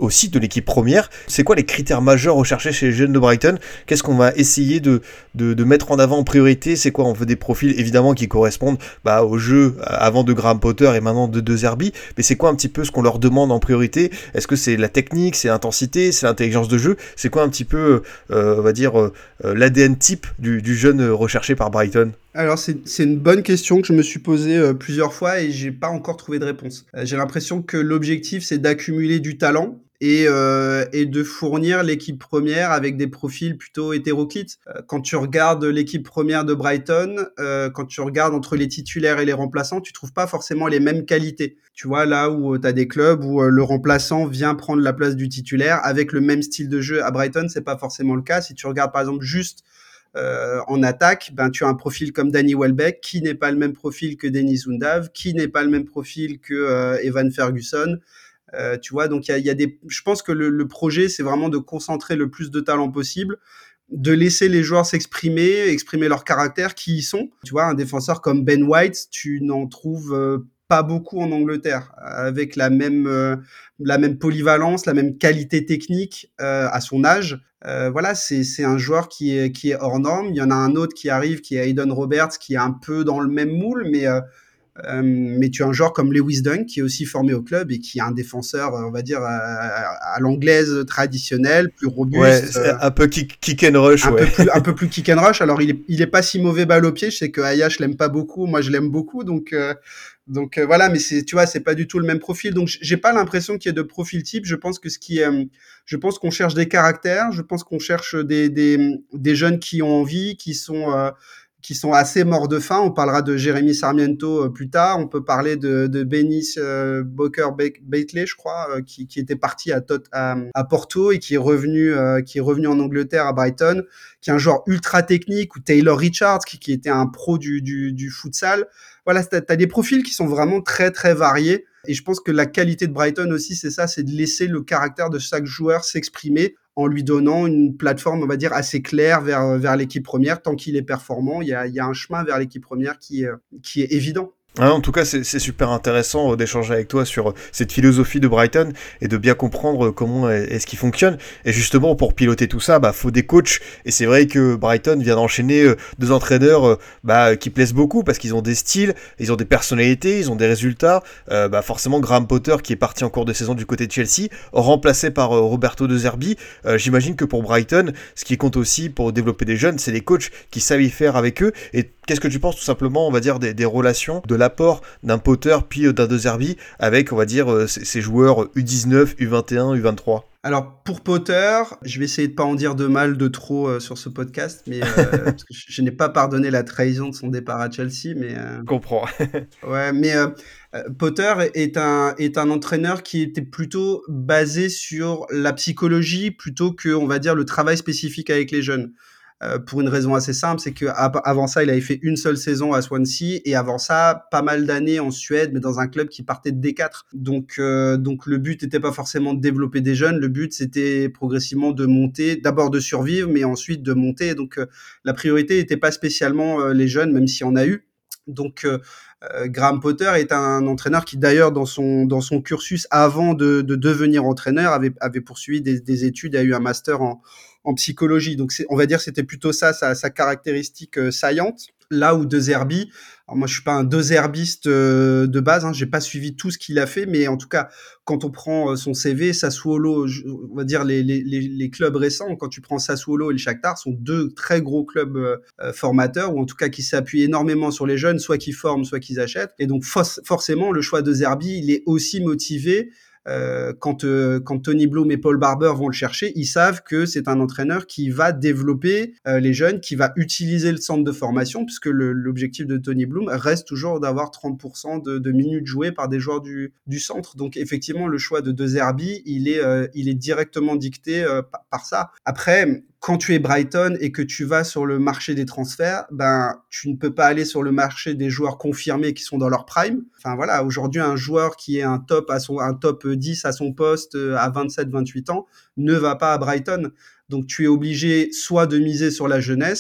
aussi de l'équipe première. C'est quoi les critères majeurs recherchés chez les jeunes de Brighton? Qu'est-ce qu'on va essayer de, de, de mettre en avant en priorité? C'est quoi? On veut des profils évidemment qui correspondent bah, au jeu avant de Graham Potter et maintenant de De Zerbi, mais c'est quoi un petit peu ce qu'on leur demande en priorité? Est-ce que c'est la technique, c'est l'intensité, c'est l'intelligence de jeu? C'est quoi un petit peu, euh, on va dire, euh, l'A D N type du, du jeune recherché par Brighton? Alors c'est, c'est une bonne question que je me suis posée euh, plusieurs fois et j'ai pas encore trouvé de réponse. Euh, j'ai l'impression que l'objectif c'est d'accumuler du talent et, euh, et de fournir l'équipe première avec des profils plutôt hétéroclites. Euh, quand tu regardes l'équipe première de Brighton, euh, quand tu regardes entre les titulaires et les remplaçants, tu trouves pas forcément les mêmes qualités. Tu vois, là où euh, tu as des clubs où euh, le remplaçant vient prendre la place du titulaire avec le même style de jeu. À Brighton, c'est pas forcément le cas. Si tu regardes par exemple juste Euh, en attaque, ben tu as un profil comme Danny Welbeck qui n'est pas le même profil que Denis Undav, qui n'est pas le même profil que euh, Evan Ferguson. Euh, tu vois, donc il y a, y a des. Je pense que le, le projet, c'est vraiment de concentrer le plus de talent possible, de laisser les joueurs s'exprimer, exprimer leur caractère, qui y sont. Tu vois, un défenseur comme Ben White, tu n'en trouves euh, pas beaucoup en Angleterre, avec la même euh, la même polyvalence, la même qualité technique euh, à son âge. Euh, voilà, c'est c'est un joueur qui est qui est hors norme. Il y en a un autre qui arrive, qui est Hayden Roberts, qui est un peu dans le même moule, mais euh, euh, mais tu as un joueur comme Lewis Dunk qui est aussi formé au club et qui est un défenseur, on va dire à, à l'anglaise traditionnelle, plus robuste, ouais, euh, un peu kick, kick and rush, un ouais. peu plus un peu plus kick and rush. Alors il est il est pas si mauvais balle au pied. Je sais que Aya je l'aime pas beaucoup, moi je l'aime beaucoup, donc. Euh, Donc euh, voilà, mais c'est, tu vois, c'est pas du tout le même profil. Donc j'ai pas l'impression qu'il y ait de profil type. Je pense que ce qui, euh, je pense qu'on cherche des caractères. Je pense qu'on cherche des des des jeunes qui ont envie, qui sont euh, qui sont assez morts de faim. On parlera de Jérémy Sarmiento euh, plus tard. On peut parler de de Benis euh, Booker-Baitley, je crois, euh, qui qui était parti à, Tot- à à Porto et qui est revenu euh, qui est revenu en Angleterre à Brighton, qui est un joueur ultra technique, ou Taylor Richards qui qui était un pro du du du futsal. Voilà, t'as, t'as des profils qui sont vraiment très très variés et je pense que la qualité de Brighton aussi, c'est ça, c'est de laisser le caractère de chaque joueur s'exprimer en lui donnant une plateforme, on va dire, assez claire vers vers l'équipe première. Tant qu'il est performant, il y a il y a un chemin vers l'équipe première qui est qui est évident. Ah, en tout cas, c'est, c'est super intéressant euh, d'échanger avec toi sur euh, cette philosophie de Brighton et de bien comprendre euh, comment est- est-ce qu'il fonctionne. Et justement, pour piloter tout ça, bah, faut des coachs. Et c'est vrai que Brighton vient d'enchaîner euh, deux entraîneurs euh, bah, qui plaisent beaucoup parce qu'ils ont des styles, ils ont des personnalités, ils ont des résultats. Euh, bah, forcément, Graham Potter, qui est parti en cours de saison du côté de Chelsea, remplacé par euh, Roberto De Zerbi. Euh, j'imagine que pour Brighton, ce qui compte aussi pour développer des jeunes, c'est les coachs qui savent y faire avec eux. Et qu'est-ce que tu penses tout simplement, on va dire, des, des relations, de l'apport d'un Potter puis d'un De Zerbi avec, on va dire, euh, ces, ces joueurs U dix-neuf, U vingt et un, U vingt-trois? Alors pour Potter, je vais essayer de pas en dire de mal de trop euh, sur ce podcast, mais euh, parce que je, je n'ai pas pardonné la trahison de son départ à Chelsea, mais euh, Je comprends. ouais, mais euh, euh, Potter est un est un entraîneur qui était plutôt basé sur la psychologie plutôt que, on va dire, le travail spécifique avec les jeunes. Euh, pour une raison assez simple, c'est que ab- avant ça, il avait fait une seule saison à Swansea et avant ça, pas mal d'années en Suède, mais dans un club qui partait de D quatre. Donc, euh, donc le but n'était pas forcément de développer des jeunes, le but c'était progressivement de monter, d'abord de survivre, mais ensuite de monter. Donc, euh, la priorité n'était pas spécialement euh, les jeunes, même s'il y en a eu. Donc, euh, euh, Graham Potter est un entraîneur qui, d'ailleurs, dans son dans son cursus avant de, de devenir entraîneur, avait avait poursuivi des, des études, a eu un master en en psychologie. Donc, c'est, on va dire, c'était plutôt ça, sa, sa caractéristique euh, saillante. Là où De Zerbi, alors moi je suis pas un De Zerbiste euh, de base, hein, j'ai pas suivi tout ce qu'il a fait, mais en tout cas, quand on prend euh, son C V, Sassuolo, je, on va dire les, les, les, les clubs récents, quand tu prends Sassuolo et le Shakhtar, sont deux très gros clubs euh, formateurs, ou en tout cas qui s'appuient énormément sur les jeunes, soit qui forment, soit qu'ils achètent. Et donc for- forcément, le choix de Zerbi, il est aussi motivé. Euh, quand, euh, quand Tony Bloom et Paul Barber vont le chercher, ils savent que c'est un entraîneur qui va développer euh, les jeunes, qui va utiliser le centre de formation, puisque le, l'objectif de Tony Bloom reste toujours d'avoir trente pour cent de, de minutes jouées par des joueurs du, du centre. Donc effectivement, le choix de De Zerbi, il est, euh, il est directement dicté euh, par, par ça. Après, quand tu es Brighton et que tu vas sur le marché des transferts, ben tu ne peux pas aller sur le marché des joueurs confirmés qui sont dans leur prime. Enfin voilà, aujourd'hui un joueur qui est un top à son un top dix à son poste à vingt-sept vingt-huit ans ne va pas à Brighton. Donc tu es obligé soit de miser sur la jeunesse,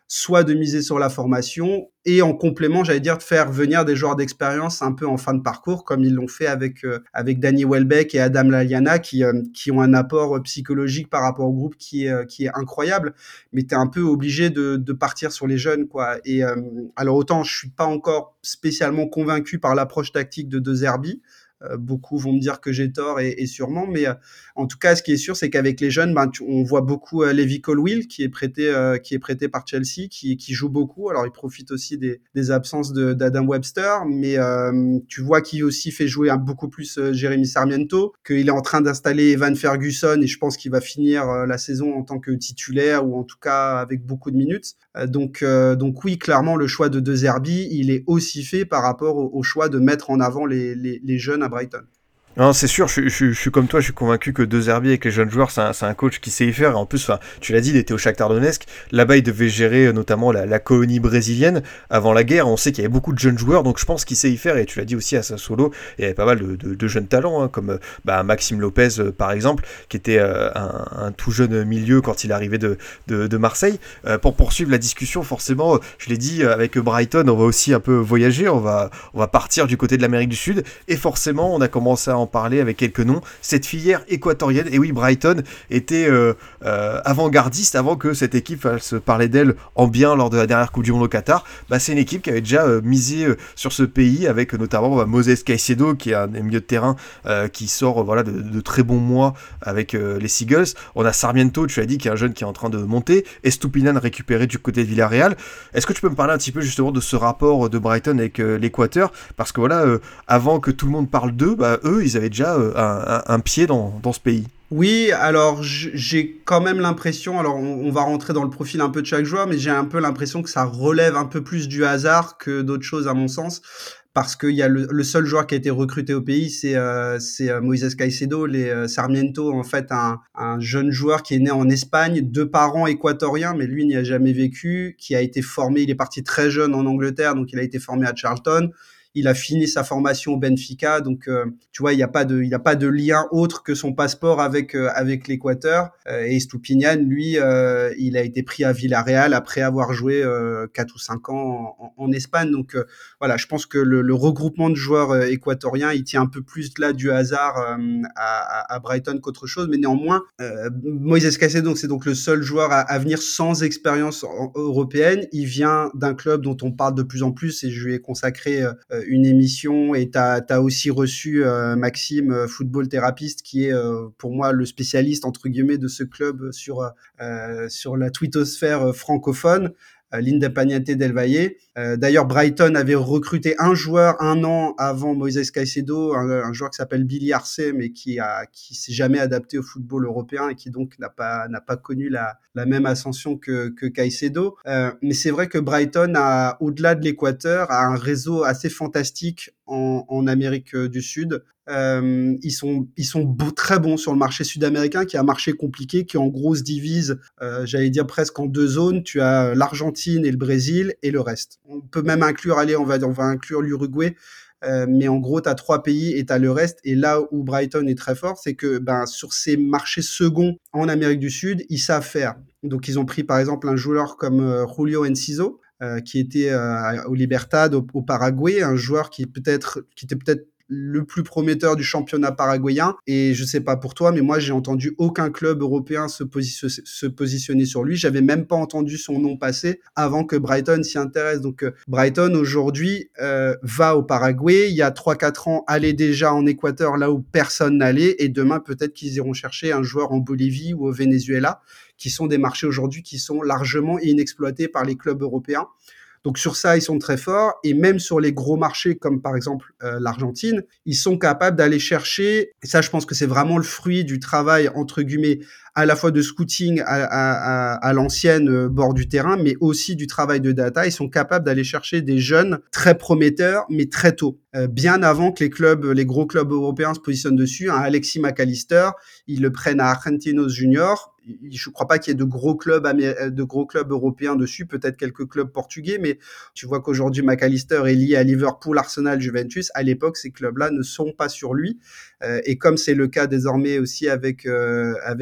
soit de miser sur la formation et en complément, j'allais dire, de faire venir des joueurs d'expérience un peu en fin de parcours, comme ils l'ont fait avec euh, avec Danny Welbeck et Adam Lallana, qui euh, qui ont un apport psychologique par rapport au groupe qui est euh, qui est incroyable. Mais t'es un peu obligé de de partir sur les jeunes, quoi. Et euh, alors autant je suis pas encore spécialement convaincu par l'approche tactique de De Zerbi. Euh, beaucoup vont me dire que j'ai tort et, et sûrement, mais euh, en tout cas, ce qui est sûr, c'est qu'avec les jeunes, ben, tu, on voit beaucoup euh, Levi Colwill qui est prêté, euh, qui est prêté par Chelsea, qui, qui joue beaucoup. Alors, il profite aussi des, des absences de, d'Adam Webster, mais euh, tu vois qu'il aussi fait jouer un, beaucoup plus euh, Jérémy Sarmiento, qu'il est en train d'installer Evan Ferguson et je pense qu'il va finir euh, la saison en tant que titulaire ou en tout cas avec beaucoup de minutes. Euh, donc, euh, donc oui, clairement, le choix de De Zerbi, il est aussi fait par rapport au, au choix de mettre en avant les, les, les jeunes à Brighton. Non, c'est sûr, je, je, je suis comme toi, je suis convaincu que De Zerbi avec les jeunes joueurs, c'est un, c'est un coach qui sait y faire. Et en plus, tu l'as dit, il était au Shakhtar Donetsk. Là-bas, il devait gérer notamment la, la colonie brésilienne avant la guerre. On sait qu'il y avait beaucoup de jeunes joueurs, donc je pense qu'il sait y faire. Et tu l'as dit aussi à Sassuolo, il y avait pas mal de, de, de jeunes talents, hein, comme bah, Maxime Lopez, euh, par exemple, qui était euh, un, un tout jeune milieu quand il arrivait de, de, de Marseille. Euh, pour poursuivre la discussion, forcément, je l'ai dit, avec Brighton, on va aussi un peu voyager. On va, on va partir du côté de l'Amérique du Sud. Et forcément, on a commencé à en parler avec quelques noms, cette filière équatorienne, et oui, Brighton était euh, euh, avant-gardiste avant que cette équipe euh, se parlait d'elle en bien lors de la dernière Coupe du Monde au Qatar. Bah, c'est une équipe qui avait déjà euh, misé euh, sur ce pays avec notamment bah, Moses Caicedo qui est un des milieux de terrain euh, qui sort euh, voilà, de, de très bons mois avec euh, les Seagulls. On a Sarmiento, tu as dit, qui est un jeune qui est en train de monter, Estupinan récupéré du côté de Villarreal. Est-ce que tu peux me parler un petit peu justement de ce rapport de Brighton avec euh, l'Équateur, parce que voilà, euh, avant que tout le monde parle d'eux, bah, eux ils avaient déjà euh, un, un, un pied dans, dans ce pays. Oui, alors j'ai quand même l'impression, alors on, on va rentrer dans le profil un peu de chaque joueur, mais j'ai un peu l'impression que ça relève un peu plus du hasard que d'autres choses à mon sens, parce qu'il y a le, le seul joueur qui a été recruté au pays, c'est euh, c'est euh, Moises Caicedo, les euh, Sarmiento, en fait un, un jeune joueur qui est né en Espagne, de parents équatoriens, mais lui n'y a jamais vécu, qui a été formé, il est parti très jeune en Angleterre, donc il a été formé à Charlton. Il a fini sa formation au Benfica, donc euh, tu vois, il n'y a pas de, il y a pas de lien autre que son passeport avec euh, avec l'Équateur. Euh, et Estupiñán, lui, euh, il a été pris à Villarreal après avoir joué euh, quatre ou cinq ans en, en Espagne. Donc euh, voilà, je pense que le, le regroupement de joueurs euh, équatoriens, il tient un peu plus là du hasard euh, à, à Brighton qu'autre chose. Mais néanmoins, euh, Moises Caicedo, donc c'est donc le seul joueur à, à venir sans expérience en, européenne. Il vient d'un club dont on parle de plus en plus, et je lui ai consacré euh, une émission, et t'as t'as aussi reçu euh, Maxime, euh, football thérapeute, qui est euh, pour moi le spécialiste entre guillemets de ce club sur euh, sur la twittosphère francophone, euh, l'Independiente del Valle. Euh, d'ailleurs, Brighton avait recruté un joueur un an avant Moises Caicedo, un, un joueur qui s'appelle Billy Arce, mais qui a qui s'est jamais adapté au football européen et qui donc n'a pas n'a pas connu la la même ascension que que Caicedo. Euh, mais c'est vrai que Brighton a, au-delà de l'Équateur, a un réseau assez fantastique en, en Amérique du Sud. Euh, ils sont ils sont beau, très bons sur le marché sud-américain, qui est un marché compliqué, qui en gros se divise, euh, j'allais dire presque en deux zones. Tu as l'Argentine et le Brésil et le reste. On peut même inclure, allez, on va on va inclure l'Uruguay. Euh, mais en gros, tu as trois pays et tu as le reste. Et là où Brighton est très fort, c'est que ben, sur ces marchés seconds en Amérique du Sud, ils savent faire. Donc, ils ont pris par exemple un joueur comme euh, Julio Enciso, euh, qui était euh, au Libertad, au, au Paraguay, un joueur qui, peut-être, qui était peut-être le plus prometteur du championnat paraguayen. Et je sais pas pour toi, mais moi, j'ai entendu aucun club européen se, position- se positionner sur lui. J'avais même pas entendu son nom passer avant que Brighton s'y intéresse. Donc, euh, Brighton, aujourd'hui, euh, va au Paraguay. Il y a trois quatre ans, allait déjà en Équateur, là où personne n'allait. Et demain, peut-être qu'ils iront chercher un joueur en Bolivie ou au Venezuela, qui sont des marchés aujourd'hui qui sont largement inexploités par les clubs européens. Donc sur ça, ils sont très forts. Et même sur les gros marchés, comme par exemple euh, l'Argentine, ils sont capables d'aller chercher, et ça je pense que c'est vraiment le fruit du travail, entre guillemets, à la fois de scouting à, à, à, à l'ancienne euh, bord du terrain, mais aussi du travail de data. Ils sont capables d'aller chercher des jeunes très prometteurs, mais très tôt, euh, bien avant que les clubs, les gros clubs européens se positionnent dessus. Un Alexis McAllister, ils le prennent à Argentinos Junior. Je ne crois pas qu'il y ait de gros clubs améri- de gros clubs européens dessus, peut-être quelques clubs portugais, mais tu vois qu'aujourd'hui McAllister est lié à Liverpool, Arsenal, Juventus. À l'époque, ces clubs-là ne sont pas sur lui. Euh, et comme c'est le cas désormais aussi avec euh, avec Buonanotte,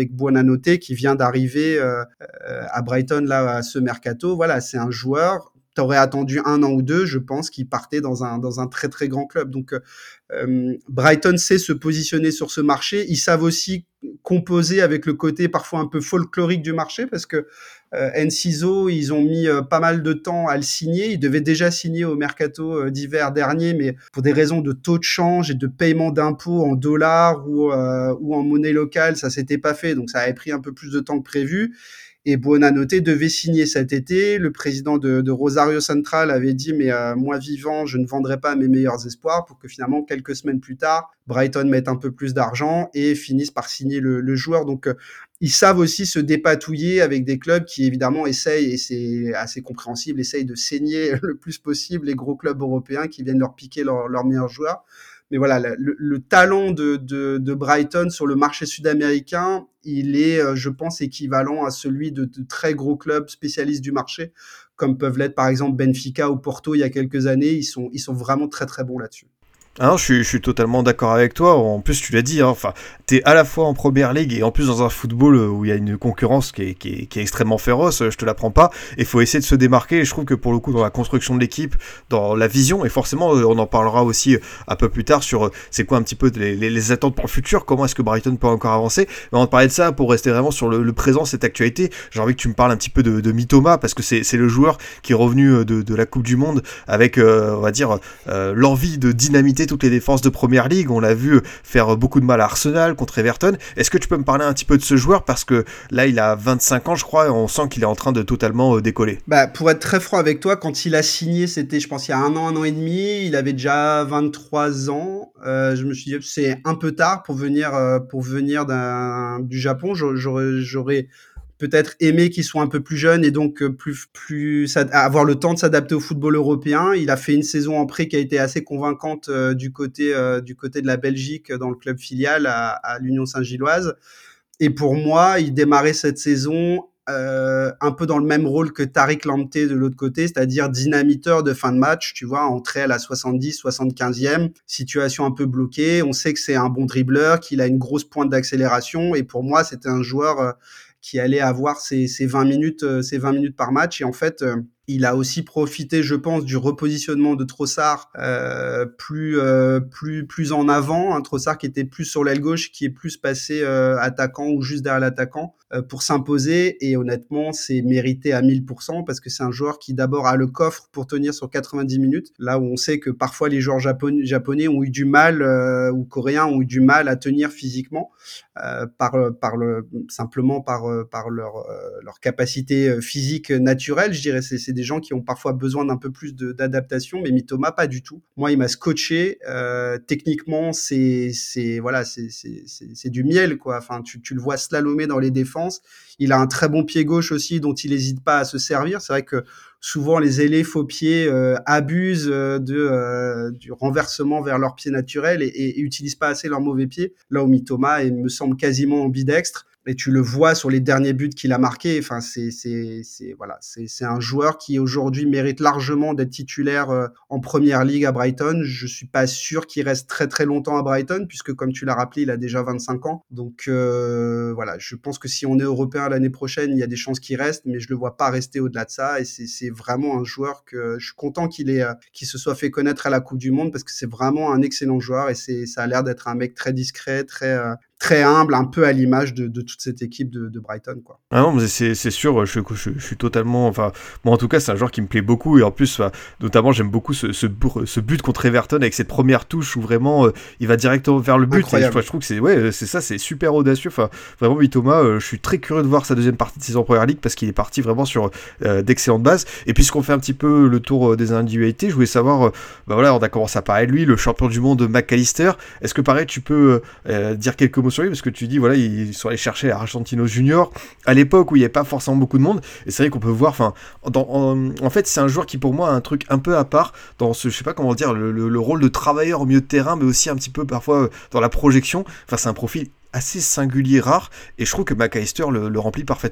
Buonanotte qui vient d'arriver euh, euh, à Brighton là à ce mercato. Voilà, c'est un joueur. T'aurais attendu un an ou deux, je pense, qu'il partait dans un dans un très très grand club. Donc euh, Brighton sait se positionner sur ce marché. Ils savent aussi composer avec le côté parfois un peu folklorique du marché parce que euh, Enciso, ils ont mis euh, pas mal de temps à le signer. Ils devaient déjà signer au mercato euh, d'hiver dernier, mais pour des raisons de taux de change et de paiement d'impôts en dollars ou euh, ou en monnaie locale, ça s'était pas fait. Donc ça avait pris un peu plus de temps que prévu. Et Buonanotte devait signer cet été. Le président de, de Rosario Central avait dit « mais euh, moi vivant, je ne vendrai pas mes meilleurs espoirs » pour que finalement, quelques semaines plus tard, Brighton mette un peu plus d'argent et finisse par signer le, le joueur. Donc, euh, ils savent aussi se dépatouiller avec des clubs qui, évidemment, essayent, et c'est assez compréhensible, essayent de saigner le plus possible les gros clubs européens qui viennent leur piquer leurs leur meilleurs joueurs. Mais voilà, le, le talent de, de, de Brighton sur le marché sud-américain, il est, je pense, équivalent à celui de, de très gros clubs spécialistes du marché, comme peuvent l'être par exemple Benfica ou Porto il y a quelques années. Ils sont, ils sont vraiment très très bons là-dessus. Ah non, je suis, je suis totalement d'accord avec toi. En plus, tu l'as dit, hein, enfin, t'es à la fois en première ligue et en plus dans un football où il y a une concurrence qui est, qui est, qui est extrêmement féroce. Je te l'apprends pas. Il faut essayer de se démarquer. Et je trouve que pour le coup, dans la construction de l'équipe, dans la vision, et forcément, on en parlera aussi un peu plus tard sur c'est quoi un petit peu les, les, les attentes pour le futur. Comment est-ce que Brighton peut encore avancer. Mais on va parler de ça pour rester vraiment sur le, le présent, cette actualité. J'ai envie que tu me parles un petit peu de, de Mitoma parce que c'est, c'est le joueur qui est revenu de, de la Coupe du Monde avec, euh, on va dire, euh, l'envie de dynamiter toutes les défenses de première ligue. On l'a vu faire beaucoup de mal à Arsenal contre Everton. Est-ce que tu peux me parler un petit peu de ce joueur parce que là il a vingt-cinq ans je crois et on sent qu'il est en train de totalement décoller. Bah, pour être très franc avec toi, quand il a signé, c'était je pense il y a un an, un an et demi, il avait déjà vingt-trois ans. Euh, je me suis dit c'est un peu tard pour venir euh, pour venir d'un, du Japon. J'aurais, j'aurais peut-être aimé qu'il soit un peu plus jeune et donc plus plus avoir le temps de s'adapter au football européen. Il a fait une saison en prêt qui a été assez convaincante euh, du côté euh, du côté de la Belgique dans le club filial à, à l'Union Saint-Gilloise. Et pour moi, il démarrait cette saison euh, un peu dans le même rôle que Tariq Lamptey de l'autre côté, c'est-à-dire dynamiteur de fin de match, tu vois, entrée à la soixante-dix, soixante-quinzième, situation un peu bloquée. On sait que c'est un bon dribbleur, qu'il a une grosse pointe d'accélération et pour moi, c'était un joueur euh, qui allait avoir ses, ses vingt minutes, euh, ses vingt minutes par match. Et en fait, euh, il a aussi profité, je pense, du repositionnement de Trossard euh, plus euh, plus plus en avant, un Trossard qui était plus sur l'aile gauche, qui est plus passé euh, attaquant ou juste derrière l'attaquant euh, pour s'imposer. Et honnêtement, c'est mérité à mille pour cent parce que c'est un joueur qui d'abord a le coffre pour tenir sur quatre-vingt-dix minutes. Là où on sait que parfois les joueurs japonais, japonais ont eu du mal euh, ou coréens ont eu du mal à tenir physiquement euh, par par le simplement par par leur euh, leur capacité physique naturelle. Je dirais c'est, c'est des gens qui ont parfois besoin d'un peu plus de, d'adaptation, mais Mitoma pas du tout. Moi, il m'a scotché. Euh, techniquement, c'est, c'est voilà, c'est, c'est, c'est, c'est du miel, quoi. Enfin, tu, tu le vois slalomer dans les défenses. Il a un très bon pied gauche aussi, dont il n'hésite pas à se servir. C'est vrai que souvent les ailés faux pieds euh, abusent euh, de euh, du renversement vers leur pied naturel et, et, et utilisent pas assez leur mauvais pied. Là où Mitoma, il me semble quasiment ambidextre. Et tu le vois sur les derniers buts qu'il a marqués. Enfin, c'est, c'est, c'est, voilà, c'est, c'est un joueur qui aujourd'hui mérite largement d'être titulaire euh, en première ligue à Brighton. Je suis pas sûr qu'il reste très très longtemps à Brighton, puisque comme tu l'as rappelé, il a déjà vingt-cinq ans. Donc euh, voilà, je pense que si on est européen l'année prochaine, il y a des chances qu'il reste, mais je le vois pas rester au-delà de ça. Et c'est, c'est vraiment un joueur que je suis content qu'il ait, euh, qu'il se soit fait connaître à la Coupe du Monde, parce que c'est vraiment un excellent joueur et c'est, ça a l'air d'être un mec très discret, très euh, très humble, un peu à l'image de, de toute cette équipe de, de Brighton, quoi. Ah non, mais c'est, c'est sûr, je, je, je suis totalement, enfin, moi en tout cas, c'est un joueur qui me plaît beaucoup et en plus, enfin, notamment, j'aime beaucoup ce, ce, ce but contre Everton avec cette première touche où vraiment, euh, il va directement vers le but. Et je, je trouve que c'est, ouais, c'est ça, c'est super audacieux. Enfin, vraiment, Mitoma, euh, je suis très curieux de voir sa deuxième partie de saison en Première Ligue parce qu'il est parti vraiment sur euh, d'excellentes bases. Et puisqu'on fait un petit peu le tour euh, des individualités, je voulais savoir, euh, bah voilà, on a commencé à parler de lui, le champion du monde McAllister. Est-ce que pareil, tu peux euh, dire quelques mots sur lui parce que tu dis, voilà, ils sont allés chercher Argentino Junior à l'époque où il n'y avait pas forcément beaucoup de monde, et c'est vrai qu'on peut voir, enfin, en, en fait, c'est un joueur qui pour moi a un truc un peu à part dans ce, je sais pas comment dire, le, le, le rôle de travailleur au milieu de terrain, mais aussi un petit peu parfois dans la projection. Enfin, c'est un profil assez singulier, rare, et je trouve que McAllister le, le remplit parfaitement.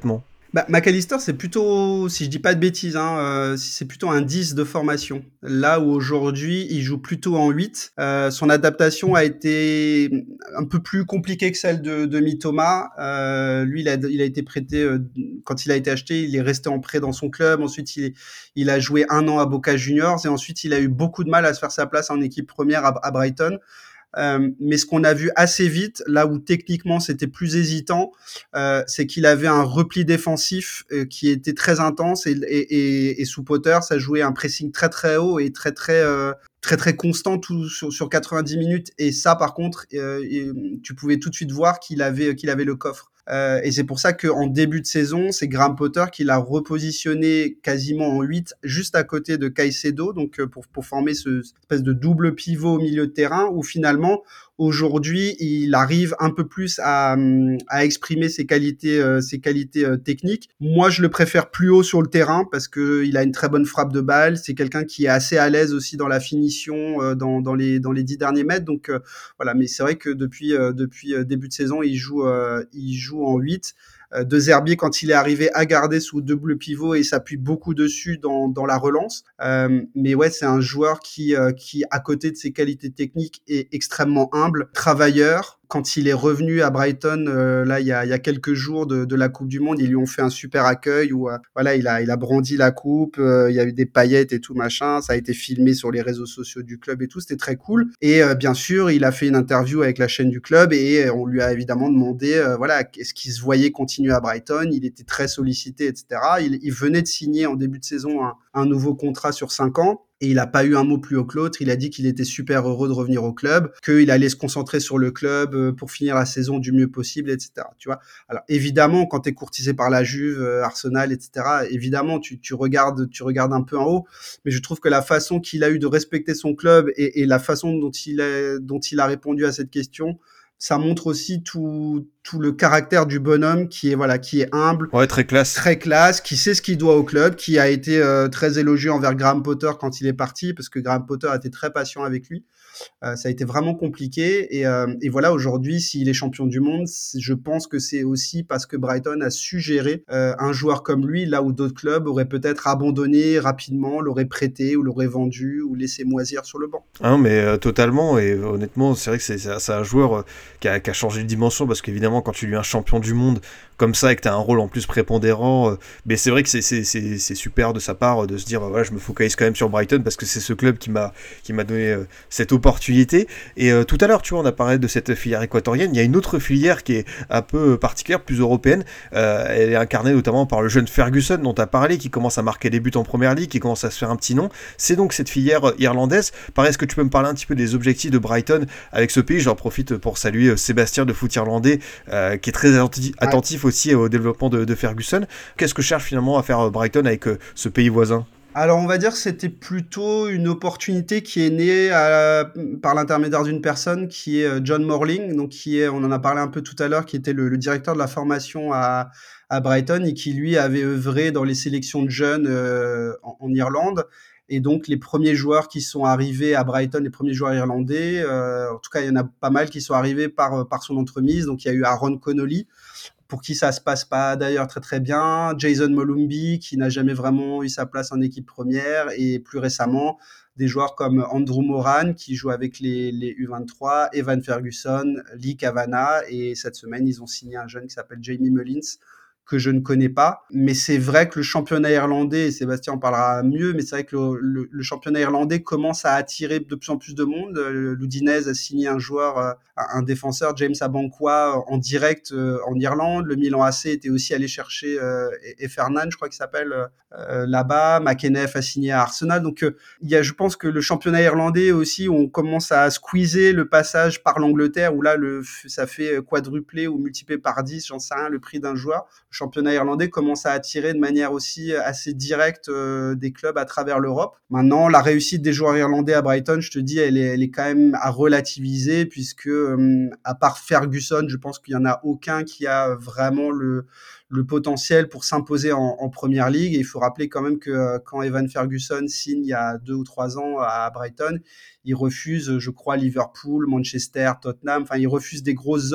Bah, McAllister, c'est plutôt, si je dis pas de bêtises, hein, euh, c'est plutôt un dix de formation. Là où aujourd'hui, il joue plutôt en huit. Euh, son adaptation a été un peu plus compliquée que celle de, de Mitoma. Euh, lui, il a, il a été prêté, euh, quand il a été acheté, il est resté en prêt dans son club. Ensuite, il, il a joué un an à Boca Juniors et ensuite, il a eu beaucoup de mal à se faire sa place en équipe première à, à Brighton. Euh, mais ce qu'on a vu assez vite, là où techniquement c'était plus hésitant, euh, c'est qu'il avait un repli défensif euh, qui était très intense et, et, et, et sous Potter, ça jouait un pressing très très haut et très très euh, très très constant tout sur, sur quatre-vingt-dix minutes. Et ça, par contre, euh, tu pouvais tout de suite voir qu'il avait qu'il avait le coffre. Euh, et c'est pour ça qu'en début de saison, c'est Graham Potter qui l'a repositionné quasiment en huit, juste à côté de Caicedo, donc pour, pour former ce cette espèce de double pivot au milieu de terrain, où finalement, aujourd'hui, il arrive un peu plus à, à exprimer ses qualités, euh, ses qualités euh, techniques. Moi, je le préfère plus haut sur le terrain parce que il a une très bonne frappe de balle. C'est quelqu'un qui est assez à l'aise aussi dans la finition, euh, dans, dans les dans les dix derniers mètres. Donc euh, voilà. Mais c'est vrai que depuis euh, depuis euh, début de saison, il joue euh, il joue en huit. De Zerbi, quand il est arrivé, à garder sous double pivot et s'appuie beaucoup dessus dans, dans la relance. Euh, mais ouais, c'est un joueur qui, euh, qui, à côté de ses qualités techniques, est extrêmement humble, travailleur. Quand il est revenu à Brighton, euh, là, il y a, il y a quelques jours de, de la Coupe du Monde, ils lui ont fait un super accueil où, euh, voilà, il a, il a brandi la coupe, euh, il y a eu des paillettes et tout machin. Ça a été filmé sur les réseaux sociaux du club et tout. C'était très cool. Et euh, bien sûr, il a fait une interview avec la chaîne du club et on lui a évidemment demandé, euh, voilà, est-ce qu'il se voyait continuer à Brighton. Il était très sollicité, et cetera. Il, il venait de signer en début de saison un, un nouveau contrat sur cinq ans. Et il n'a pas eu un mot plus haut que l'autre. Il a dit qu'il était super heureux de revenir au club, qu'il allait se concentrer sur le club pour finir la saison du mieux possible, et cetera. Tu vois. Alors évidemment, quand tu es courtisé par la Juve, Arsenal, et cetera, évidemment, tu, tu regardes, tu regardes un peu en haut. Mais je trouve que la façon qu'il a eu de respecter son club et, et la façon dont il, a, dont il a répondu à cette question, ça montre aussi tout, tout le caractère du bonhomme qui est, voilà, qui est humble. Ouais, très classe. Très classe, qui sait ce qu'il doit au club, qui a été euh, très élogieux envers Graham Potter quand il est parti, parce que Graham Potter a été très patient avec lui. Euh, ça a été vraiment compliqué. Et, euh, et voilà, aujourd'hui, s'il est champion du monde, je pense que c'est aussi parce que Brighton a su gérer euh, un joueur comme lui, là où d'autres clubs auraient peut-être abandonné rapidement, l'auraient prêté ou l'auraient vendu ou laissé moisir sur le banc. Hein, mais euh, totalement. Et honnêtement, c'est vrai que c'est, c'est, c'est un joueur euh, qui, a, qui a changé de dimension parce qu'évidemment, quand tu lui es un champion du monde comme ça et que tu as un rôle en plus prépondérant, euh, mais c'est vrai que c'est, c'est, c'est, c'est super de sa part de se dire, euh, voilà, je me focalise quand même sur Brighton parce que c'est ce club qui m'a, qui m'a donné euh, cette opportunité. Et euh, tout à l'heure, tu vois, on a parlé de cette filière équatorienne. Il y a une autre filière qui est un peu particulière, plus européenne. Euh, elle est incarnée notamment par le jeune Ferguson dont tu as parlé, qui commence à marquer des buts en première ligue, qui commence à se faire un petit nom. C'est donc cette filière irlandaise. Pareil, est-ce que tu peux me parler un petit peu des objectifs de Brighton avec ce pays? J'en profite pour saluer Sébastien de Foot Irlandais, euh, qui est très attentif, attentif aussi au développement de, de Ferguson. Qu'est-ce que cherche finalement à faire Brighton avec euh, ce pays voisin? Alors, on va dire que c'était plutôt une opportunité qui est née à, par l'intermédiaire d'une personne qui est John Morling, donc qui est, on en a parlé un peu tout à l'heure, qui était le, le directeur de la formation à, à Brighton et qui, lui, avait œuvré dans les sélections de jeunes euh, en, en Irlande. Et donc, les premiers joueurs qui sont arrivés à Brighton, les premiers joueurs irlandais, euh, en tout cas, il y en a pas mal qui sont arrivés par, par son entremise. Donc, il y a eu Aaron Connolly, pour qui ça se passe pas d'ailleurs très très bien, Jason Molumby qui n'a jamais vraiment eu sa place en équipe première, et plus récemment des joueurs comme Andrew Moran qui joue avec les, les U vingt-trois, Evan Ferguson, Lee Kavanagh, et cette semaine ils ont signé un jeune qui s'appelle Jamie Mullins que je ne connais pas, mais c'est vrai que le championnat irlandais, et Sébastien en parlera mieux, mais c'est vrai que le, le, le championnat irlandais commence à attirer de plus en plus de monde. L'Udinese a signé un joueur, un défenseur, James Abankwah, en direct en Irlande. Le Milan A C était aussi allé chercher euh, Effernan, je crois qu'il s'appelle, euh, là-bas. McEneff a signé à Arsenal. Donc, euh, il y a, je pense que le championnat irlandais aussi, on commence à squeezer le passage par l'Angleterre, où là, le, ça fait quadrupler ou multiplier par dix, j'en sais rien, le prix d'un joueur. Le championnat irlandais commence à attirer de manière aussi assez directe euh, des clubs à travers l'Europe. Maintenant, la réussite des joueurs irlandais à Brighton, je te dis, elle est, elle est quand même à relativiser, puisque euh, à part Ferguson, je pense qu'il y en a aucun qui a vraiment le le potentiel pour s'imposer en, en première ligue. Et il faut rappeler quand même que euh, quand Evan Ferguson signe il y a deux ou trois ans à Brighton, il refuse, je crois, Liverpool, Manchester, Tottenham. Enfin, il refuse des grosses offres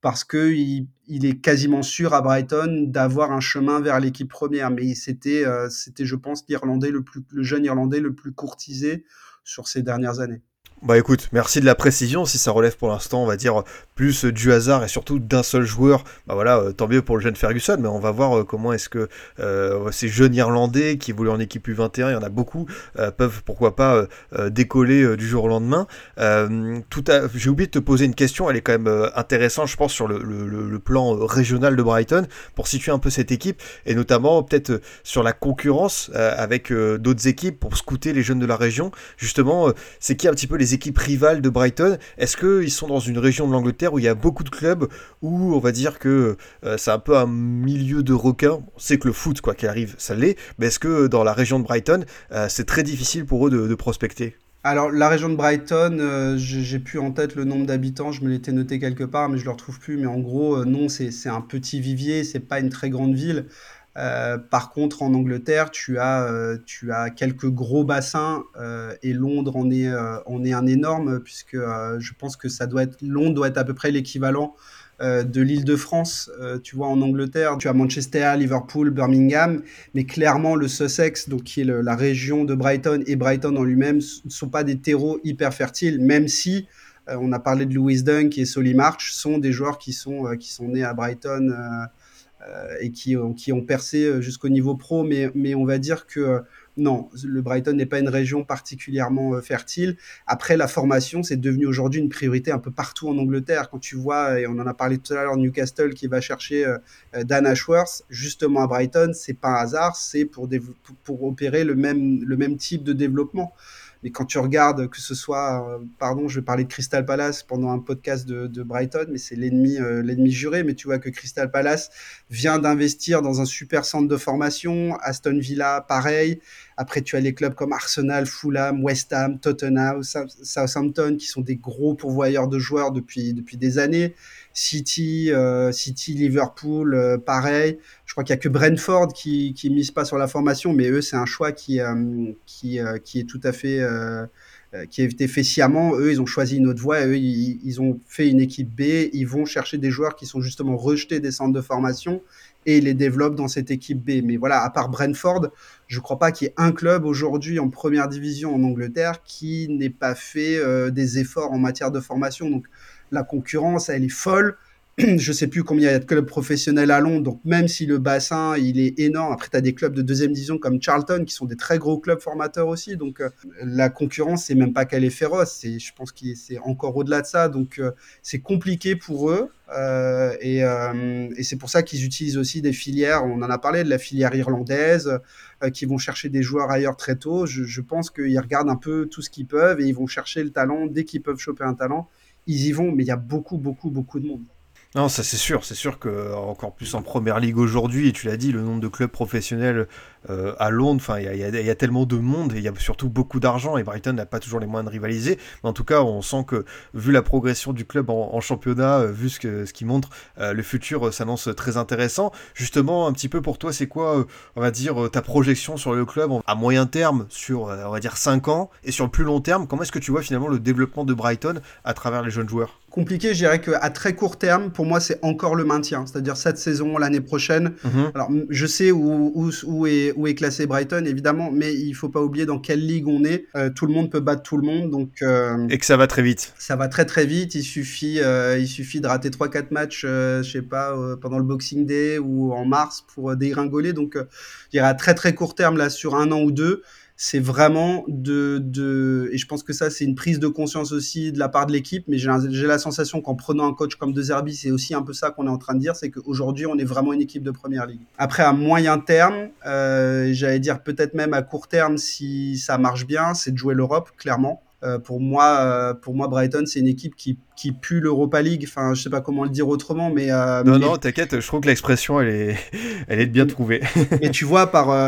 parce que il, il est quasiment sûr à Brighton d'avoir un chemin vers l'équipe première. Mais c'était, euh, c'était je pense, l'Irlandais le plus, le jeune Irlandais le plus courtisé sur ces dernières années. Bah écoute, merci de la précision. Si ça relève pour l'instant, on va dire plus du hasard et surtout d'un seul joueur, bah voilà, euh, tant mieux pour le jeune Ferguson. Mais on va voir euh, comment est-ce que euh, ces jeunes Irlandais qui évoluent en équipe U vingt et un, il y en a beaucoup, euh, peuvent pourquoi pas euh, décoller euh, du jour au lendemain. Euh, tout à... J'ai oublié de te poser une question. Elle est quand même euh, intéressante, je pense, sur le, le, le plan euh, régional de Brighton pour situer un peu cette équipe et notamment peut-être euh, sur la concurrence euh, avec euh, d'autres équipes pour scouter les jeunes de la région. Justement, euh, c'est qui un petit peu les équipes rivales de Brighton? Est-ce qu'ils sont dans une région de l'Angleterre où il y a beaucoup de clubs, où on va dire que euh, c'est un peu un milieu de requins? On sait que le foot, quoi qu'il arrive, ça l'est, mais est-ce que dans la région de Brighton, euh, c'est très difficile pour eux de, de prospecter? Alors, la région de Brighton, euh, j'ai j'ai plus en tête le nombre d'habitants, je me l'étais noté quelque part, mais je le retrouve plus. Mais en gros, euh, non, c'est c'est un petit vivier, c'est pas une très grande ville. Euh, par contre, en Angleterre, tu as, euh, tu as quelques gros bassins euh, et Londres en est, euh, en est un énorme, puisque euh, je pense que ça doit être, Londres doit être à peu près l'équivalent euh, de l'Île-de-France. Euh, tu vois, en Angleterre, tu as Manchester, Liverpool, Birmingham, mais clairement le Sussex, donc qui est le, la région de Brighton, et Brighton en lui-même, ne sont pas des terreaux hyper fertiles, même si euh, on a parlé de Lewis Dunk et Solly March, sont des joueurs qui sont, euh, qui sont nés à Brighton. Euh, Euh, et qui, qui ont percé jusqu'au niveau pro, mais, mais on va dire que euh, non, le Brighton n'est pas une région particulièrement euh, fertile. Après, la formation, c'est devenu aujourd'hui une priorité un peu partout en Angleterre. Quand tu vois, et on en a parlé tout à l'heure, Newcastle qui va chercher euh, Dan Ashworth, justement à Brighton, c'est pas un hasard, c'est pour, dév- pour, pour opérer le même, le même type de développement. Mais quand tu regardes, que ce soit, euh, pardon, je vais parler de Crystal Palace pendant un podcast de, de Brighton, mais c'est l'ennemi, euh, l'ennemi juré. Mais tu vois que Crystal Palace vient d'investir dans un super centre de formation. Aston Villa, pareil. Après, tu as les clubs comme Arsenal, Fulham, West Ham, Tottenham, Southampton, qui sont des gros pourvoyeurs de joueurs depuis, depuis des années. City, euh, City, Liverpool, euh, pareil. Je crois qu'il n'y a que Brentford qui qui mise pas sur la formation, mais eux, c'est un choix qui, euh, qui, euh, qui est tout à fait... Euh, qui a été fait sciemment. Eux, ils ont choisi une autre voie. Eux, ils, ils ont fait une équipe B. Ils vont chercher des joueurs qui sont justement rejetés des centres de formation et ils les développent dans cette équipe B. Mais voilà, à part Brentford, je ne crois pas qu'il y ait un club aujourd'hui en première division en Angleterre qui n'ait pas fait euh, des efforts en matière de formation. Donc, la concurrence, elle est folle. Je ne sais plus combien il y a de clubs professionnels à Londres, donc même si le bassin il est énorme, après tu as des clubs de deuxième division comme Charlton qui sont des très gros clubs formateurs aussi, donc euh, la concurrence c'est même pas qu'elle est féroce, c'est, je pense que c'est encore au-delà de ça, donc euh, c'est compliqué pour eux euh, et, euh, et c'est pour ça qu'ils utilisent aussi des filières, on en a parlé de la filière irlandaise, euh, qui vont chercher des joueurs ailleurs très tôt. Je, je pense qu'ils regardent un peu tout ce qu'ils peuvent et ils vont chercher le talent, dès qu'ils peuvent choper un talent, ils y vont, mais il y a beaucoup beaucoup beaucoup de monde. Non, ça c'est sûr, c'est sûr que encore plus en première ligue aujourd'hui, et tu l'as dit, le nombre de clubs professionnels euh, à Londres, enfin il y, y, y a tellement de monde et il y a surtout beaucoup d'argent et Brighton n'a pas toujours les moyens de rivaliser, mais en tout cas on sent que vu la progression du club en, en championnat, euh, vu ce, que, ce qu'il montre, euh, le futur euh, s'annonce très intéressant. Justement, un petit peu pour toi, c'est quoi, euh, on va dire, ta projection sur le club à moyen terme, sur euh, on va dire cinq ans, et sur le plus long terme, comment est-ce que tu vois finalement le développement de Brighton à travers les jeunes joueurs? Compliqué, je dirais qu'à très court terme, pour moi, c'est encore le maintien. C'est-à-dire cette saison, l'année prochaine. Mm-hmm. Alors, je sais où, où, où, est, où est classé Brighton, évidemment, mais il ne faut pas oublier dans quelle ligue on est. Euh, tout le monde peut battre tout le monde. Donc, euh, et que ça va très vite. Ça va très, très vite. Il suffit, euh, il suffit de rater trois quatre matchs, euh, je sais pas, euh, pendant le Boxing Day ou en mars pour euh, dégringoler. Donc, euh, je dirais à très, très court terme, là, sur un an ou deux, c'est vraiment de, de... Et je pense que ça, c'est une prise de conscience aussi de la part de l'équipe, mais j'ai, j'ai la sensation qu'en prenant un coach comme De Zerbi, c'est aussi un peu ça qu'on est en train de dire, c'est qu'aujourd'hui, on est vraiment une équipe de première ligue. Après, à moyen terme, euh, j'allais dire peut-être même à court terme, si ça marche bien, c'est de jouer l'Europe, clairement. Euh, pour moi, euh, pour moi, Brighton, c'est une équipe qui, qui pue l'Europa League. Enfin, je sais pas comment le dire autrement, mais... Euh, non, mais... non, t'inquiète, je trouve que l'expression, elle est, elle est bien trouvée. Et tu vois, par... Euh,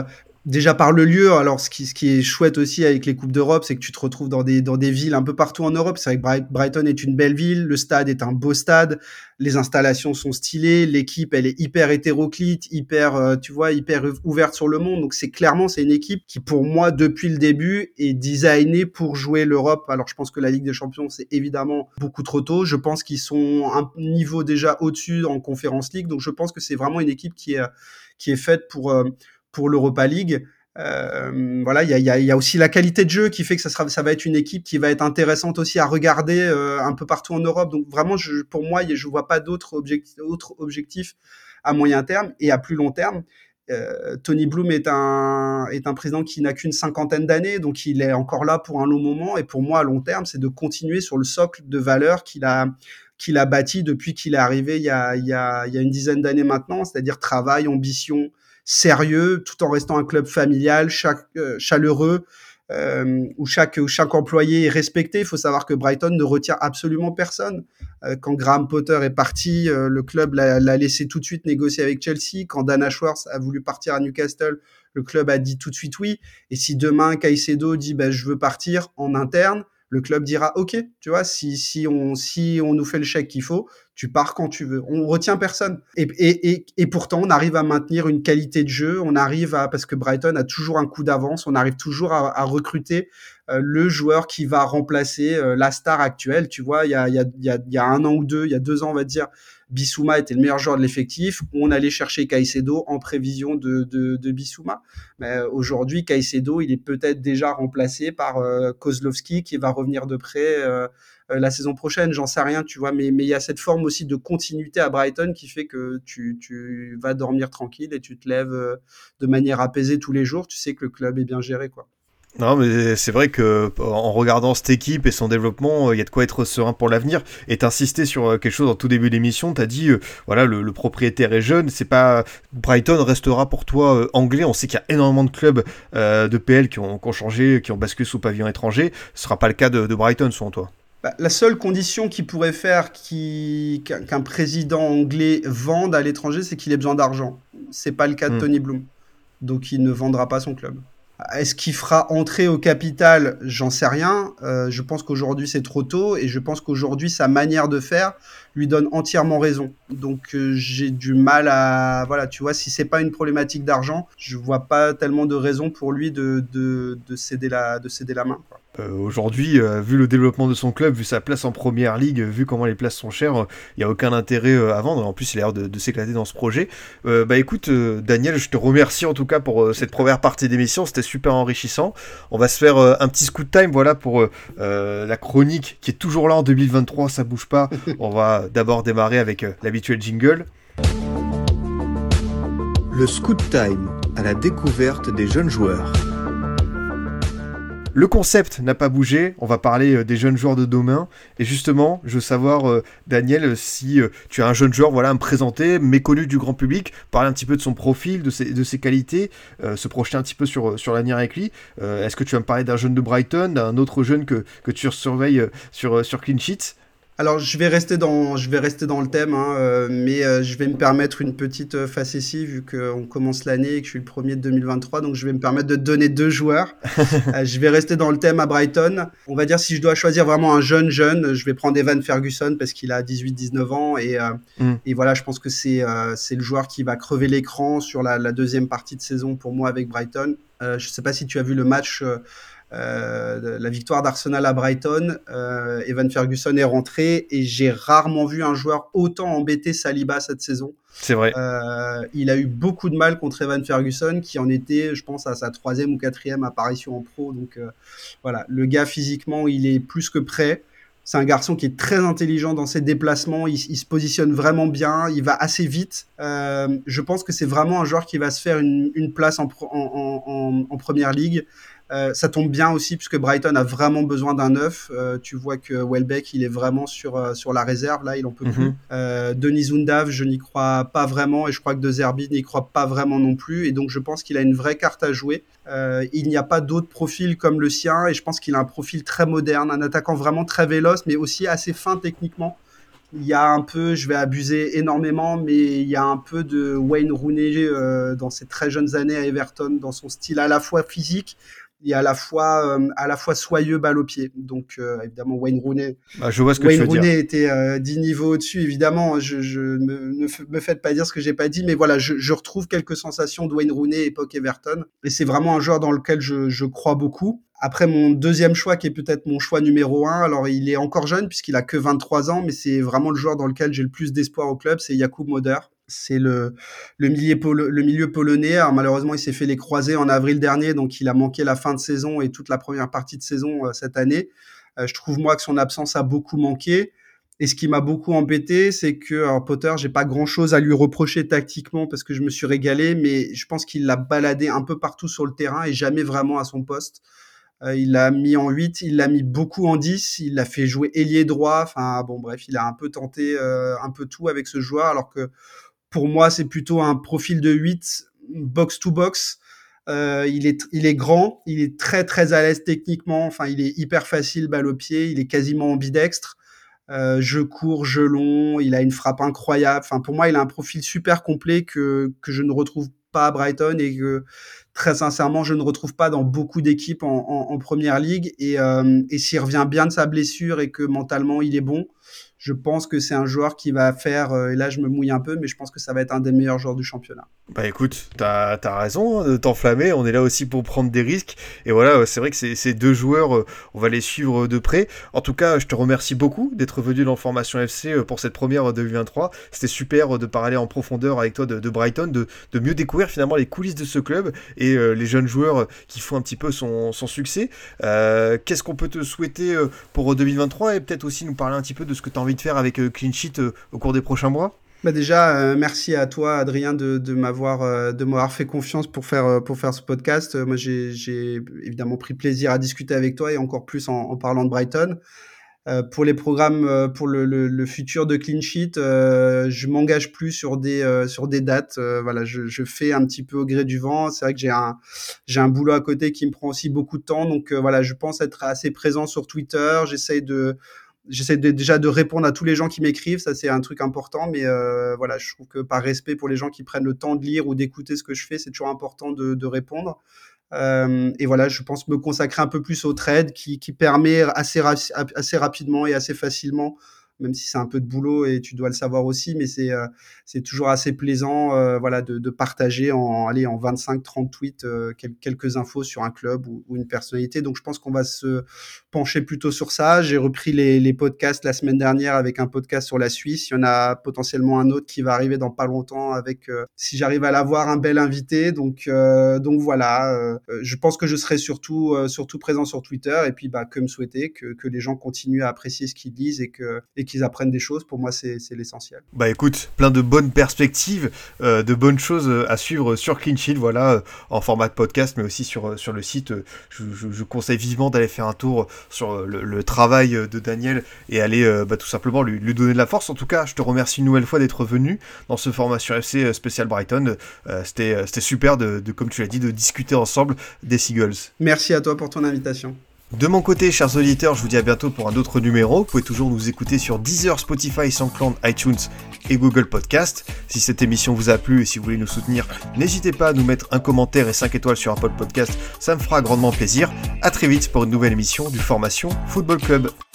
Déjà par le lieu, alors ce qui, ce qui est chouette aussi avec les Coupes d'Europe, c'est que tu te retrouves dans des, dans des villes un peu partout en Europe. C'est vrai que Brighton est une belle ville, le stade est un beau stade, les installations sont stylées, l'équipe elle est hyper hétéroclite, hyper, euh, tu vois, hyper ouverte sur le monde. Donc c'est clairement, c'est une équipe qui pour moi, depuis le début, est designée pour jouer l'Europe. Alors je pense que la Ligue des Champions, c'est évidemment beaucoup trop tôt. Je pense qu'ils sont un niveau déjà au-dessus en Conference League. Donc je pense que c'est vraiment une équipe qui est, qui est faite pour... Euh, pour l'Europa League. Euh, voilà, il y a, y, a, y a aussi la qualité de jeu qui fait que ça, sera, ça va être une équipe qui va être intéressante aussi à regarder euh, un peu partout en Europe. Donc vraiment, je, pour moi, je vois pas d'autres objectifs, autres objectifs à moyen terme et à plus long terme. Euh, Tony Bloom est un, est un président qui n'a qu'une cinquantaine d'années, donc il est encore là pour un long moment. Et pour moi, à long terme, c'est de continuer sur le socle de valeurs qu'il a, qu'il a bâti depuis qu'il est arrivé il y a, il y a, il y a une dizaine d'années maintenant, c'est-à-dire travail, ambition, sérieux, tout en restant un club familial, chaque, euh, chaleureux, euh, où chaque où chaque employé est respecté. Il faut savoir que Brighton ne retient absolument personne. Euh, quand Graham Potter est parti, euh, le club l'a, l'a laissé tout de suite négocier avec Chelsea. Quand Dan Ashworth a voulu partir à Newcastle, le club a dit tout de suite oui. Et si demain Caicedo dit bah, je veux partir en interne, le club dira ok, tu vois, si si on si on nous fait le chèque qu'il faut, tu pars quand tu veux. On retient personne. Et, et, et, et pourtant, on arrive à maintenir une qualité de jeu. On arrive à, parce que Brighton a toujours un coup d'avance, on arrive toujours à, à recruter euh, le joueur qui va remplacer euh, la star actuelle. Tu vois, il y a, il y a, il y a, il y a un an ou deux, il y a deux ans, on va dire, Bissouma était le meilleur joueur de l'effectif. On allait chercher Caicedo en prévision de, de, de Bissouma. Mais aujourd'hui, Caicedo, il est peut-être déjà remplacé par euh, Kozlowski qui va revenir de près euh, euh, la saison prochaine. J'en sais rien, tu vois. Mais mais il y a cette forme aussi de continuité à Brighton qui fait que tu tu vas dormir tranquille et tu te lèves euh, de manière apaisée tous les jours. Tu sais que le club est bien géré, quoi. Non, mais c'est vrai que en regardant cette équipe et son développement, il y a de quoi être serein pour l'avenir. Et t'insistais sur quelque chose en tout début d'émission. T'as dit, euh, voilà, le, le propriétaire est jeune. C'est pas Brighton restera pour toi euh, anglais. On sait qu'il y a énormément de clubs euh, de P L qui ont, qui ont changé, qui ont basculé sous pavillon étranger. Ce sera pas le cas de, de Brighton, selon toi. Bah, la seule condition qui pourrait faire qui, qu'un, qu'un président anglais vende à l'étranger, c'est qu'il ait besoin d'argent. C'est pas le cas de mmh. Tony Bloom. Donc il ne vendra pas son club. Est-ce qu'il fera entrer au capital ? J'en sais rien. Euh, je pense qu'aujourd'hui, c'est trop tôt et je pense qu'aujourd'hui, sa manière de faire lui donne entièrement raison. Donc, euh, j'ai du mal à... Voilà, tu vois, si c'est pas une problématique d'argent, je vois pas tellement de raison pour lui de, de, de, céder, la, de céder la main, quoi. Euh, aujourd'hui, euh, vu le développement de son club, vu sa place en première ligue, vu comment les places sont chères, il euh, n'y a aucun intérêt euh, à vendre. En plus, il a l'air de, de s'éclater dans ce projet. Euh, bah écoute, euh, Daniel, je te remercie en tout cas pour euh, cette première partie d'émission. C'était super enrichissant. On va se faire euh, un petit scoot time, voilà, pour euh, euh, la chronique qui est toujours là en deux mille vingt-trois. Ça bouge pas. On va d'abord démarrer avec euh, l'habituel jingle. Le scoot time à la découverte des jeunes joueurs. Le concept n'a pas bougé, on va parler des jeunes joueurs de demain, et justement, je veux savoir, euh, Daniel, si euh, tu as un jeune joueur voilà, à me présenter, méconnu du grand public, parler un petit peu de son profil, de ses, de ses qualités, euh, se projeter un petit peu sur, sur l'avenir avec lui. Euh, est-ce que tu vas me parler d'un jeune de Brighton, d'un autre jeune que, que tu surveilles sur, sur Clean Sheet ? Alors, je vais rester dans, je vais rester dans le thème, hein, euh, mais euh, je vais me permettre une petite euh, facétie vu qu'on commence l'année et que je suis le premier de deux mille vingt-trois, donc je vais me permettre de donner deux joueurs. euh, je vais rester dans le thème à Brighton. On va dire si je dois choisir vraiment un jeune jeune, je vais prendre Evan Ferguson parce qu'il a dix-huit dix-neuf ans et, euh, mm. et voilà, je pense que c'est, euh, c'est le joueur qui va crever l'écran sur la, la deuxième partie de saison pour moi avec Brighton. Euh, je sais pas si tu as vu le match... Euh, Euh, la victoire d'Arsenal à Brighton, euh, Evan Ferguson est rentré et j'ai rarement vu un joueur autant embêter Saliba cette saison. C'est vrai. Euh, il a eu beaucoup de mal contre Evan Ferguson qui en était, je pense, à sa troisième ou quatrième apparition en pro. Donc euh, voilà, le gars physiquement, il est plus que prêt. C'est un garçon qui est très intelligent dans ses déplacements, il, il se positionne vraiment bien, il va assez vite. Euh, je pense que c'est vraiment un joueur qui va se faire une, une place en, en, en, en première ligue. Euh, ça tombe bien aussi puisque Brighton a vraiment besoin d'un neuf. Euh, tu vois que Welbeck, il est vraiment sur euh, sur la réserve là, il en peut mm-hmm. plus. Euh, Denis Undav, je n'y crois pas vraiment et je crois que De Zerbi n'y croit pas vraiment non plus. Et donc je pense qu'il a une vraie carte à jouer. Euh, il n'y a pas d'autres profils comme le sien et je pense qu'il a un profil très moderne, un attaquant vraiment très véloce, mais aussi assez fin techniquement. il y a un peu, je vais abuser énormément, mais il y a un peu de Wayne Rooney euh, dans ses très jeunes années à Everton, dans son style à la fois physique et à la fois euh, à la fois soyeux balle au pied. Donc euh, évidemment Wayne Rooney. Bah, je vois ce que Wayne tu veux Rooney dire. était euh, dix niveaux au-dessus. Évidemment, je, je me, ne f- me faites pas dire ce que j'ai pas dit, mais voilà, je, je retrouve quelques sensations de Wayne Rooney époque Everton, et c'est vraiment un joueur dans lequel je, je crois beaucoup. Après, mon deuxième choix, qui est peut-être mon choix numéro un, alors il est encore jeune puisqu'il a que vingt-trois ans, mais c'est vraiment le joueur dans lequel j'ai le plus d'espoir au club, c'est Jakub Moder. C'est le, le, milieu polo, le milieu polonais. Alors, malheureusement, il s'est fait les croisés en avril dernier, donc il a manqué la fin de saison et toute la première partie de saison euh, cette année. Euh, je trouve, moi, que son absence a beaucoup manqué. Et ce qui m'a beaucoup embêté, c'est que alors, Potter, j'ai pas grand-chose à lui reprocher tactiquement parce que je me suis régalé, mais je pense qu'il l'a baladé un peu partout sur le terrain et jamais vraiment à son poste. Euh, il l'a mis en huit, il l'a mis beaucoup en dix, il l'a fait jouer ailier droit. Enfin, bon, bref, il a un peu tenté euh, un peu tout avec ce joueur, alors que pour moi, c'est plutôt un profil de huit box-to-box. Euh, il est, il est grand, il est très, très à l'aise techniquement. Enfin, il est hyper facile, balle au pied, il est quasiment ambidextre. Euh, jeu court, jeu long, il a une frappe incroyable. Enfin, pour moi, il a un profil super complet que, que je ne retrouve pas à Brighton et que, très sincèrement, je ne retrouve pas dans beaucoup d'équipes en, en, en première ligue. Et, euh, et s'il revient bien de sa blessure et que mentalement, il est bon, je pense que c'est un joueur qui va faire, euh, et là je me mouille un peu, mais je pense que ça va être un des meilleurs joueurs du championnat. Bah écoute, t'as, t'as raison hein, de t'enflammer, on est là aussi pour prendre des risques, et voilà, c'est vrai que ces, ces deux joueurs, euh, on va les suivre de près. En tout cas, je te remercie beaucoup d'être venu dans Formation F C pour cette première deux mille vingt-trois, c'était super de parler en profondeur avec toi de, de Brighton, de, de mieux découvrir finalement les coulisses de ce club, et euh, les jeunes joueurs qui font un petit peu son, son succès. Euh, qu'est-ce qu'on peut te souhaiter pour deux mille vingt-trois, et peut-être aussi nous parler un petit peu de ce que tu as envie de faire avec euh, Clean Sheet euh, au cours des prochains mois? Bah déjà, euh, merci à toi, Adrien, de, de m'avoir euh, de m'avoir fait confiance pour faire euh, pour faire ce podcast. Euh, moi, j'ai, j'ai évidemment pris plaisir à discuter avec toi et encore plus en, en parlant de Brighton. Euh, pour les programmes, euh, pour le, le, le futur de Clean Sheet, euh, je m'engage plus sur des euh, sur des dates. Euh, voilà, je, je fais un petit peu au gré du vent. C'est vrai que j'ai un j'ai un boulot à côté qui me prend aussi beaucoup de temps. Donc euh, voilà, je pense être assez présent sur Twitter. J'essaye de J'essaie de, déjà de répondre à tous les gens qui m'écrivent, ça c'est un truc important, mais euh, voilà, je trouve que par respect pour les gens qui prennent le temps de lire ou d'écouter ce que je fais, c'est toujours important de, de répondre. Euh, et voilà, je pense me consacrer un peu plus au trade qui, qui permet assez, ra- assez rapidement et assez facilement, même si c'est un peu de boulot et tu dois le savoir aussi, mais c'est, euh, c'est toujours assez plaisant euh, voilà, de, de partager en, allez, en vingt-cinq trente tweets euh, quel, quelques infos sur un club ou, ou une personnalité. Donc je pense qu'on va se pencher plutôt sur ça. J'ai repris les, les podcasts la semaine dernière avec un podcast sur la Suisse. Il y en a potentiellement un autre qui va arriver dans pas longtemps avec, euh, si j'arrive à l'avoir, un bel invité. Donc, euh, donc voilà, euh, je pense que je serai surtout, euh, surtout présent sur Twitter et puis bah, que me souhaiter, que, que les gens continuent à apprécier ce qu'ils lisent et que et qu'ils apprennent des choses. Pour moi, c'est, c'est l'essentiel. Bah écoute, plein de bonnes perspectives, euh, de bonnes choses à suivre sur Clean Sheet, voilà, euh, en format de podcast, mais aussi sur, sur le site. Euh, je, je, je conseille vivement d'aller faire un tour sur le, le travail de Daniel et aller euh, bah, tout simplement lui, lui donner de la force. En tout cas, je te remercie une nouvelle fois d'être venu dans ce Formation F C spécial Brighton. Euh, c'était, c'était super, de, de, comme tu l'as dit, de discuter ensemble des Seagulls. Merci à toi pour ton invitation. De mon côté, chers auditeurs, je vous dis à bientôt pour un autre numéro. Vous pouvez toujours nous écouter sur Deezer, Spotify, SoundCloud, iTunes et Google Podcast. Si cette émission vous a plu et si vous voulez nous soutenir, n'hésitez pas à nous mettre un commentaire et cinq étoiles sur Apple Podcast, ça me fera grandement plaisir. À très vite pour une nouvelle émission du Formation Football Club.